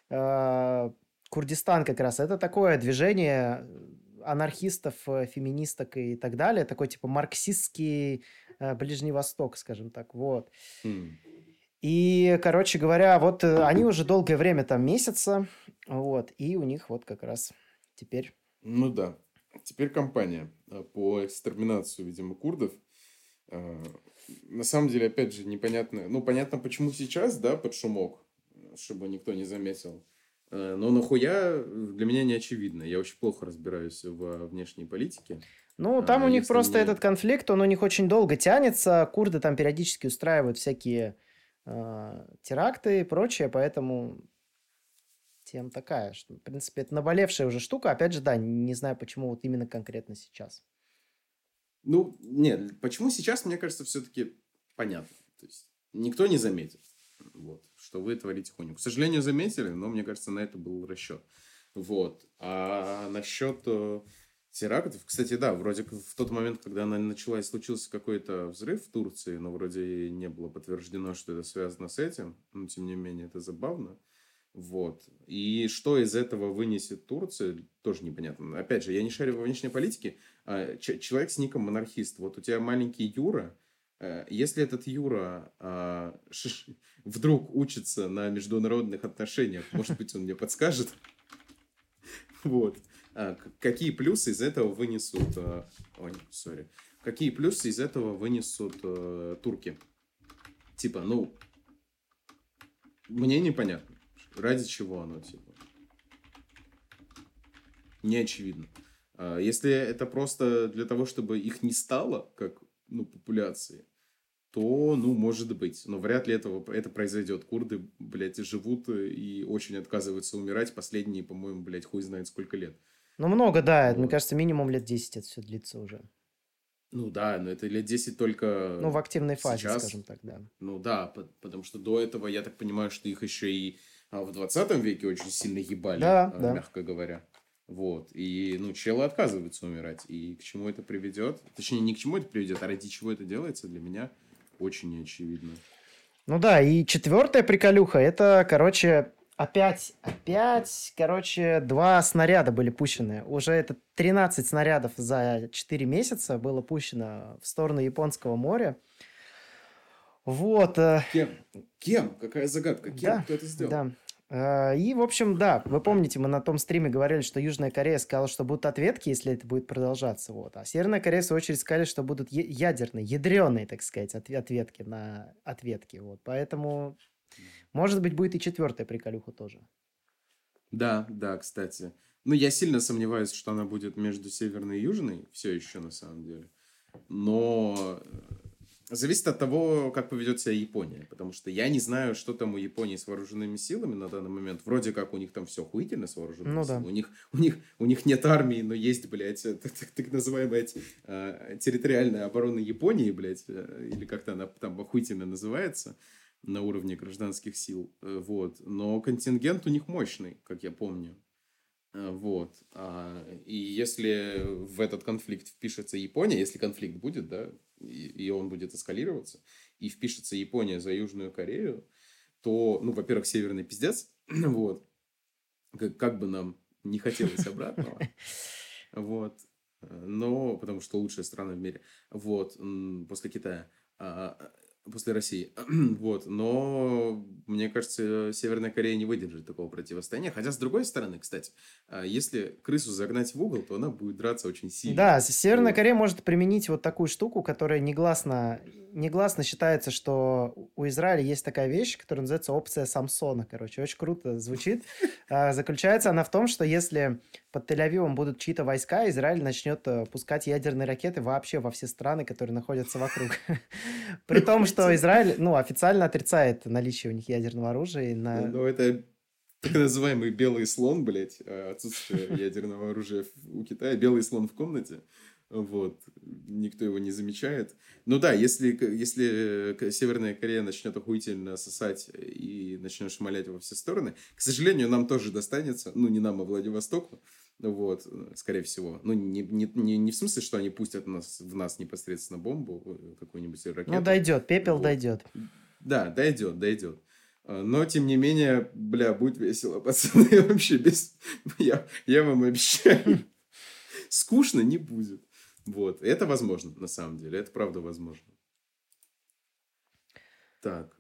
Курдистан как раз. Это такое движение анархистов, феминисток и так далее. Такой, типа, марксистский Ближний Восток, скажем так. Вот. И, короче говоря, вот они уже долгое время там месяца, вот, и у них вот как раз теперь... Ну да. Теперь кампания по экстерминации, видимо, курдов. На самом деле, опять же, непонятно... Ну, понятно, почему сейчас, да, под шумок, чтобы никто не заметил. Но нахуя для меня не очевидно. Я очень плохо разбираюсь во внешней политике. Ну, там у них просто мне- этот конфликт, он у них очень долго тянется. Курды там периодически устраивают всякие теракты и прочее, поэтому тема такая, что, в принципе, это наболевшая уже штука. Опять же, да, не знаю, почему вот именно конкретно сейчас. Ну, нет, почему сейчас, мне кажется, все-таки понятно. То есть, никто не заметит, вот, что вы творите хуйню. К сожалению, заметили, но, мне кажется, на это был расчет. Вот. А насчет терактов, кстати, да, вроде как в тот момент, когда она началась, случился какой-то взрыв в Турции, но вроде и не было подтверждено, что это связано с этим. Но, тем не менее, это забавно. Вот. И что из этого вынесет Турция, тоже непонятно. Опять же, я не шарю во внешней политике. Человек с ником монархист. Вот у тебя маленький Юра. Если этот Юра вдруг учится на международных отношениях, может быть, он мне подскажет. Вот. Какие плюсы из этого вынесут... Какие плюсы из этого вынесут турки? Типа, ну, мне непонятно. Ради чего оно, типа? Не очевидно. Если это просто для того, чтобы их не стало, как, ну, популяции, то, ну, может быть. Но вряд ли это произойдет. Курды, блядь, живут и очень отказываются умирать. Последние, по-моему, блядь, хуй знает сколько лет. Ну, много, да. Вот. Мне кажется, минимум лет 10 это все длится уже. Ну да, но это лет 10 только Ну, в активной фазе, сейчас. скажем так, да. Ну да, потому что до этого, я так понимаю, что их еще и в 20 веке очень сильно ебали, Да, да. мягко говоря. Вот. И, ну, челы отказываются умирать. И к чему это приведет? Точнее, не к чему это приведет, а ради чего это делается, для меня очень неочевидно. Ну да, и четвертая приколюха, это, короче, опять, короче, 2 снаряда были пущены. Уже это 13 снарядов за 4 месяца было пущено в сторону Японского моря. Вот. Кем? Какая загадка? Кем? Да, Кто это сделал? да. И, в общем, да, вы помните, мы на том стриме говорили, что Южная Корея сказала, что будут ответки, если это будет продолжаться. Вот. А Северная Корея, в свою очередь, сказали, что будут ядерные, ядреные, так сказать, ответки на ответки. Вот. Поэтому, может быть, будет и четвертая приколюха тоже. Да, кстати. Ну, я сильно сомневаюсь, что она будет между Северной и Южной, все еще на самом деле. Но зависит от того, как поведет себя Япония. Потому что я не знаю, что там у Японии с вооруженными силами на данный момент. Вроде как у них там все охуительно с вооруженными Ну силами. да. У них нет армии, но есть, блядь, так называемая территориальная оборона Японии, блядь, или как-то она там охуительно называется на уровне гражданских сил. Вот. Но контингент у них мощный, как я помню. Вот. И если в этот конфликт впишется Япония, если конфликт будет, да, и он будет эскалироваться, и впишется Япония за Южную Корею, то, ну, во-первых, северный пиздец, вот, как бы нам не хотелось обратного, вот, но, потому что лучшая страна в мире, вот, после Китая, после России. Вот. Но, мне кажется, Северная Корея не выдержит такого противостояния. Хотя, с другой стороны, кстати, если крысу загнать в угол, то она будет драться очень сильно. Да, Северная Вот. Корея может применить вот такую штуку, которая негласно негласно считается, что у Израиля есть такая вещь, которая называется опция Самсона, короче. Очень круто звучит. Заключается она в том, что если под Тель-Авивом будут чьи-то войска, Израиль начнет пускать ядерные ракеты вообще во все страны, которые находятся вокруг. При том, что Израиль, официально отрицает наличие у них ядерного оружия. Ну, это так называемый белый слон, блядь, отсутствие ядерного оружия у Китая. Белый слон в комнате. Вот. Никто его не замечает. Ну да, если Северная Корея начнет охуительно сосать и начнет шмалять во все стороны, к сожалению, нам тоже достанется. Ну, не нам, а Владивостоку. Вот, скорее всего. Ну, не в смысле, что они пустят в нас непосредственно бомбу, какую-нибудь ракету. Ну, дойдет, пепел вот. Дойдет. Да, дойдет. Но, тем не менее, бля, будет весело, пацаны. Вообще без... Я вам обещаю. Скучно не будет. Вот. Это возможно, на самом деле. Это правда возможно. Так.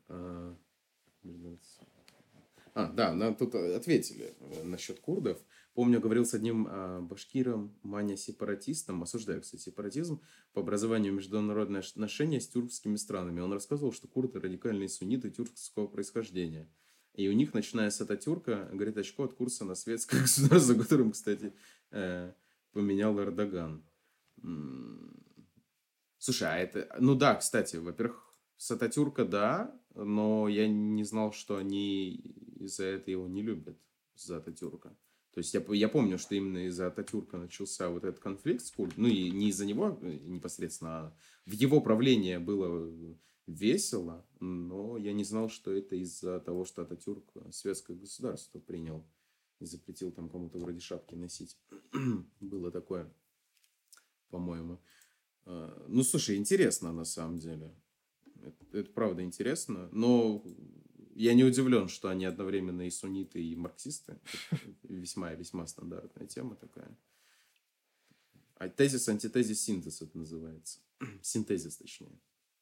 Да, нам тут ответили насчет курдов. Помню, говорил с одним башкиром, мания-сепаратистом, осуждаю, кстати, сепаратизм, по образованию международные отношения с тюркскими странами. Он рассказывал, что курды радикальные сунниты тюркского происхождения. И у них, начиная с Ататюрка, говорит, очко от курса на светское государство, за которым, кстати, поменял Эрдоган. Слушай, а это... Ну да, кстати, во-первых, с Ататюрка, да, но я не знал, что они из-за этого его не любят, за Ататюрка. То есть я помню, что именно из-за Ататюрка начался вот этот конфликт с курдами. Ну и не из-за него непосредственно, а в его правлении было весело, но я не знал, что это из-за того, что Ататюрк светское государство принял и запретил там кому-то вроде шапки носить. Было такое, по-моему. Ну, слушай, интересно на самом деле. Это правда интересно, но я не удивлен, что они одновременно и сунниты, и марксисты. Весьма стандартная тема такая. А тезис, антитезис, синтез это называется. Синтезис, точнее.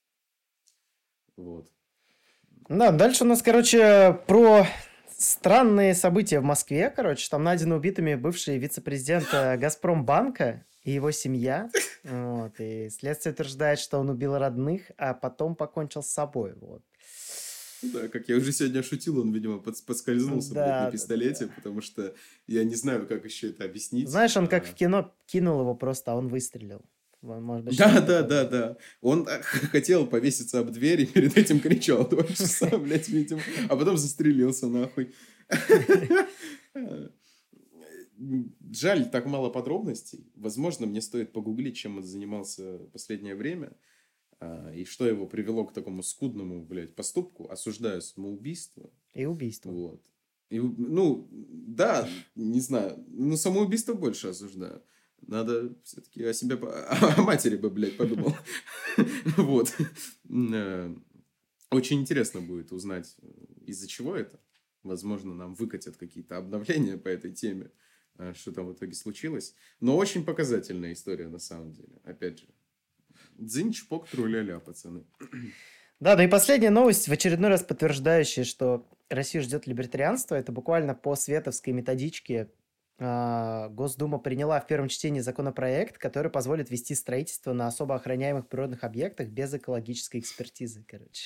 Вот. Да, дальше у нас, про странные события в Москве. Там найдены убитыми бывший вице-президент Газпромбанка и его семья. Вот. И следствие утверждает, что он убил родных, а потом покончил с собой. Вот. Да, как я уже сегодня шутил, он, видимо, подскользнулся на пистолете, потому что я не знаю, как еще это объяснить. Знаешь, он как в кино кинул его просто, а он выстрелил. Может быть, да. Он хотел повеситься об дверь и перед этим кричал 2 часа, блядь, видимо, а потом застрелился нахуй. Жаль, так мало подробностей. Возможно, мне стоит погуглить, чем он занимался в последнее время. И что его привело к такому скудному, блядь, поступку. Осуждаю самоубийство. И убийство. Вот. Да, не знаю. Самоубийство больше осуждаю. Надо все-таки о себе... О матери бы, блядь, подумал. Вот. Очень интересно будет узнать, из-за чего это. Возможно, нам выкатят какие-то обновления по этой теме. Что там в итоге случилось. Но очень показательная история, на самом деле. Опять же. Дзынь, чпок, тру-ля-ля, пацаны. Да, и последняя новость, в очередной раз подтверждающая, что Россию ждет либертарианство. Это буквально по световской методичке Госдума приняла в первом чтении законопроект, который позволит вести строительство на особо охраняемых природных объектах без экологической экспертизы,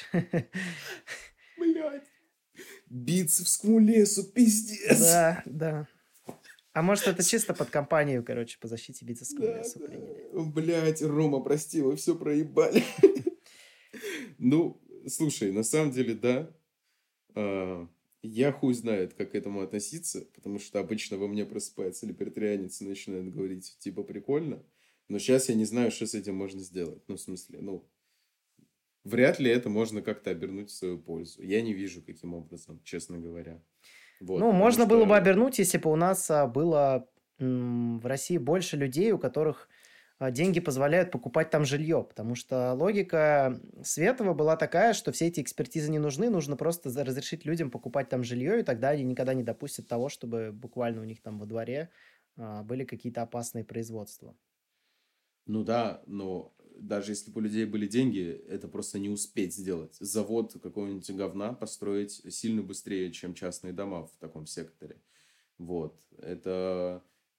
Блядь. Битцевскому лесу, пиздец. Да. А может, это чисто под кампанию, по защите Битцевского леса приняли. Блядь, Рома, прости, вы все проебали. Ну, слушай, на самом деле, да. Я хуй знает, как к этому относиться, потому что обычно во мне просыпается либертарианец и начинает говорить, типа, прикольно. Но сейчас я не знаю, что с этим можно сделать. Ну, в смысле, вряд ли это можно как-то обернуть в свою пользу. Я не вижу, каким образом, честно говоря. Вот, можно было бы обернуть, если бы у нас было в России больше людей, у которых деньги позволяют покупать там жилье, потому что логика Светова была такая, что все эти экспертизы не нужны, нужно просто разрешить людям покупать там жилье, и тогда они никогда не допустят того, чтобы буквально у них там во дворе были какие-то опасные производства. Ну да, но даже если бы у людей были деньги, это просто не успеть сделать. Завод какого-нибудь говна построить сильно быстрее, чем частные дома в таком секторе. Вот. Это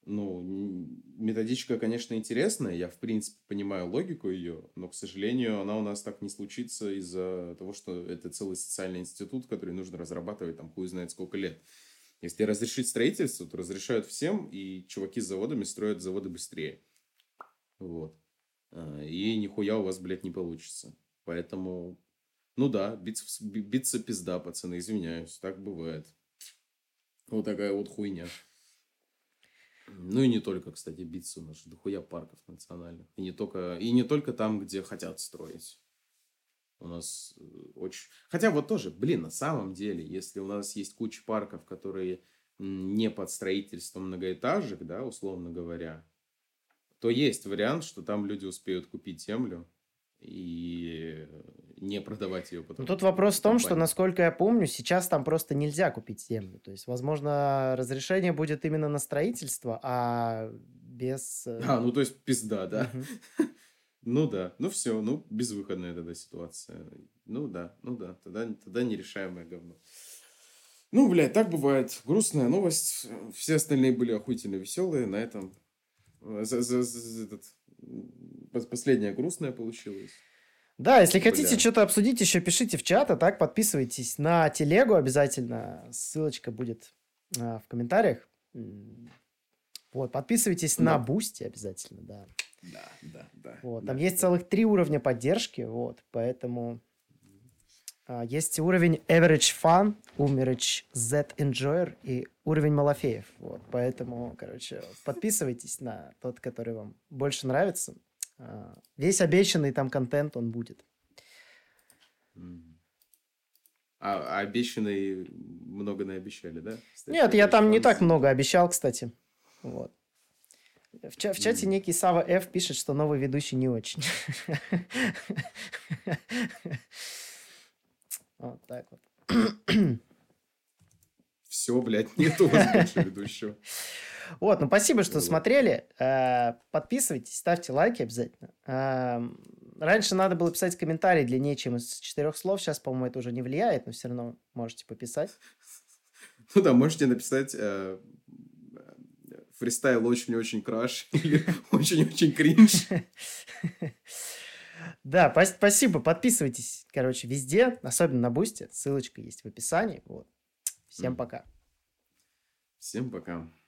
Ну, методичка, конечно, интересная, я, в принципе, понимаю логику ее, но, к сожалению, она у нас так не случится из-за того, что это целый социальный институт, который нужно разрабатывать там хуй знает сколько лет. Если разрешить строительство, то разрешают всем, и чуваки с заводами строят заводы быстрее. Вот. И нихуя у вас, блядь, не получится. Поэтому, ну да, биться пизда, пацаны, извиняюсь, так бывает. Вот такая вот хуйня. Ну и не только, кстати, биться, у нас же дохуя парков национальных. И не только там, где хотят строить. У нас очень... Хотя вот тоже, блин, на самом деле, если у нас есть куча парков, которые не под строительством многоэтажек, да, условно говоря, то есть вариант, что там люди успеют купить землю и не продавать ее потом. Но тут вопрос в том, что, компании. насколько я помню, сейчас там просто нельзя купить землю. То есть, возможно, разрешение будет именно на строительство, а без... Ну то есть пизда, да? Мгм. Ну да, ну все, ну безвыходная тогда ситуация. Ну да, тогда нерешаемое говно. Ну, блядь, так бывает. Грустная новость. Все остальные были охуительно веселые. На этом последняя грустная получилась. Да, если хотите Бля. что-то обсудить, еще пишите в чат, а так подписывайтесь на телегу обязательно. Ссылочка будет в комментариях. Вот, подписывайтесь на Да. Бусти обязательно, да. Да. Вот, да, там есть да. целых 3 уровня поддержки, вот, поэтому есть уровень Average Fun, Average Z Enjoyer и уровень Малафеев, вот, поэтому, короче, подписывайтесь на тот, который вам больше нравится. Весь обещанный там контент, он будет. А обещанные много наобещали, да? Кстати, Нет, я там не Average так Fans. много обещал, кстати, вот. В чате некий Сава Ф пишет, что новый ведущий не очень. Вот так вот. Все, блядь, нет у вас больше ведущего. Вот, ну спасибо, что Ладно. смотрели. Подписывайтесь, ставьте лайки обязательно. Раньше надо было писать комментарий длиннее, чем из 4 слов. Сейчас, по-моему, это уже не влияет, но все равно можете пописать. Ну да, можете написать фристайл очень-очень краш или очень-очень кринж. Да, спасибо. Подписывайтесь, короче, везде, особенно на Бусти. Ссылочка есть в описании. Вот. Всем пока. Всем пока.